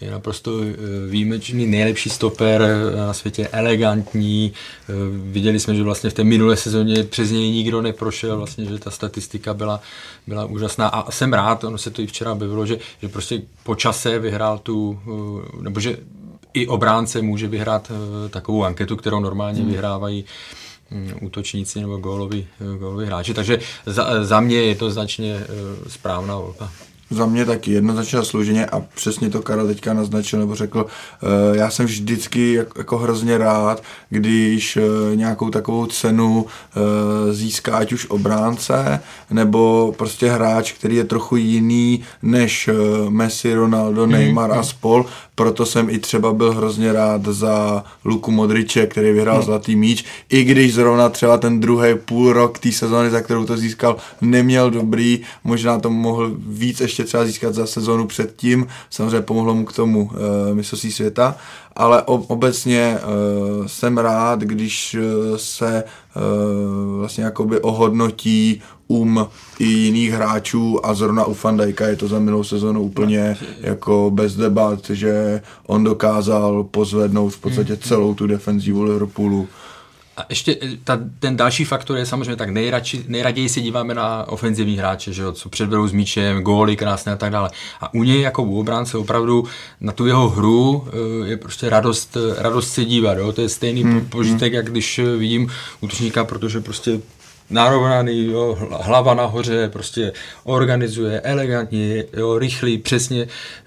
výjimečný, nejlepší stoper na světě, elegantní. Viděli jsme, že vlastně v té minulé sezóně přes něj nikdo neprošel, vlastně, že ta statistika byla úžasná a jsem rád, ono se to i včera objevilo, že prostě po čase vyhrál nebo že i obránce může vyhrát takovou anketu, kterou normálně vyhrávají útočníci nebo góloví hráči, takže za mě je to značně správná volba. Za mě taky jednoznačně zaslouženě a přesně to Karel teďka naznačil nebo řekl. Já jsem vždycky jako hrozně rád, když nějakou takovou cenu získá ať už obránce nebo prostě hráč, který je trochu jiný než Messi, Ronaldo, Neymar a spol. Proto jsem i třeba byl hrozně rád za Luku Modriče, který vyhrál zlatý míč, i když zrovna třeba ten druhý půl rok té sezóny, za kterou to získal, neměl dobrý, možná to mohl víc ještě třeba získat za sezónu předtím, samozřejmě pomohlo mu k tomu mistrovství světa, ale obecně jsem rád, když se vlastně jakoby ohodnotí i jiných hráčů a zrovna u Van Dijka je to za minulou sezonu úplně jako bez debat, že on dokázal pozvednout v podstatě celou tu defenzivu Liverpoolu. A ještě ten další faktor je samozřejmě tak nejraději se díváme na ofenzivní hráče, že jo, co předvedou s míčem, góly krásné a tak dále. A u něj jako u obránce opravdu na tu jeho hru je prostě radost se dívat, jo. To je stejný požitek, jak když vidím útočníka, protože prostě narovnaný, jo, hlava nahoře, prostě organizuje elegantně, jo, rychlý, přesně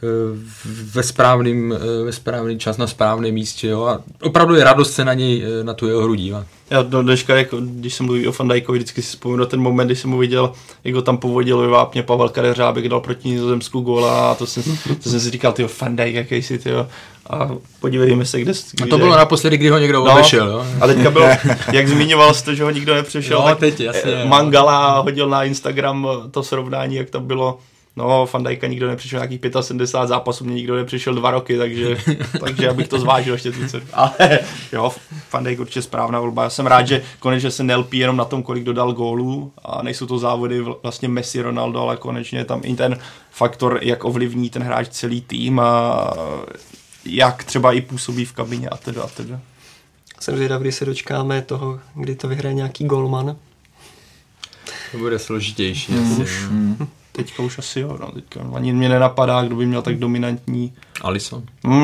ve správný čas na správném místě, jo, a opravdu je radost se na něj, na tu jeho hru dívat. Já do dneška, jako, když jsem mluvil o Van Dijkovi, vždycky si vzpomínám na ten moment, kdy jsem mu viděl, jak ho tam povodil ve vápně Pavel Kadeřábek, dal proti Nizozemsku góla a to jsem si říkal, tyjo, Van Dijk, jaký jsi, tyjo. A podívejme se, kde... A to bylo naposledy, kdy ho někdo obešel, jo? A teďka bylo, jak zmiňoval jsi, že ho nikdo nepřešel, no, tak teď, jasně, Mangala hodil na Instagram to srovnání, jak tam bylo. No, Van Dijka nikdo nepřišel nějakých 75 zápasů, mě nikdo nepřišel 2 roky, takže abych to zvážil ještě tu cenu. Ale jo, Van Dijk určitě správná volba. Já jsem rád, že konečně se nelpí jenom na tom, kolik dodal gólů a nejsou to závody vlastně Messi, Ronaldo, ale konečně tam i ten faktor, jak ovlivní ten hráč celý tým a jak třeba i působí v kabině a teda. Jsem zvědav, kdy se dočkáme toho, kdy to vyhraje nějaký golman. To bude složitější. Teďka už asi jo, no, teďka ani mě nenapadá, kdo by měl tak dominantní. Alisson.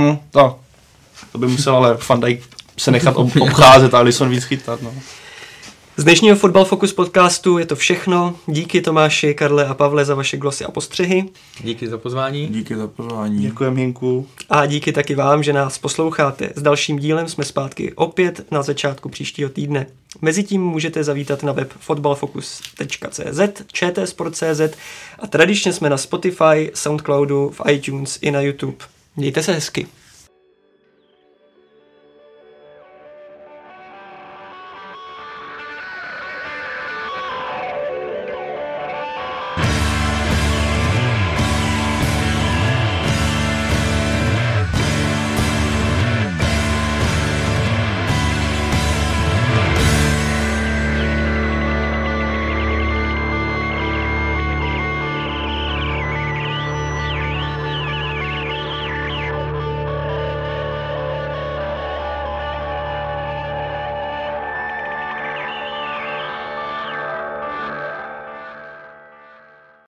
To by musel ale Van Dijk se nechat obcházet a Alisson víc chytat. No. Z dnešního Fotbal Focus podcastu je to všechno. Díky Tomáši, Karle a Pavle za vaše glosy a postřehy. Díky za pozvání. Děkujem, Hinku. A díky taky vám, že nás posloucháte. S dalším dílem jsme zpátky opět na začátku příštího týdne. Mezitím můžete zavítat na web fotbalfocus.cz, čtsport.cz a tradičně jsme na Spotify, Soundcloudu, v iTunes i na YouTube. Mějte se hezky.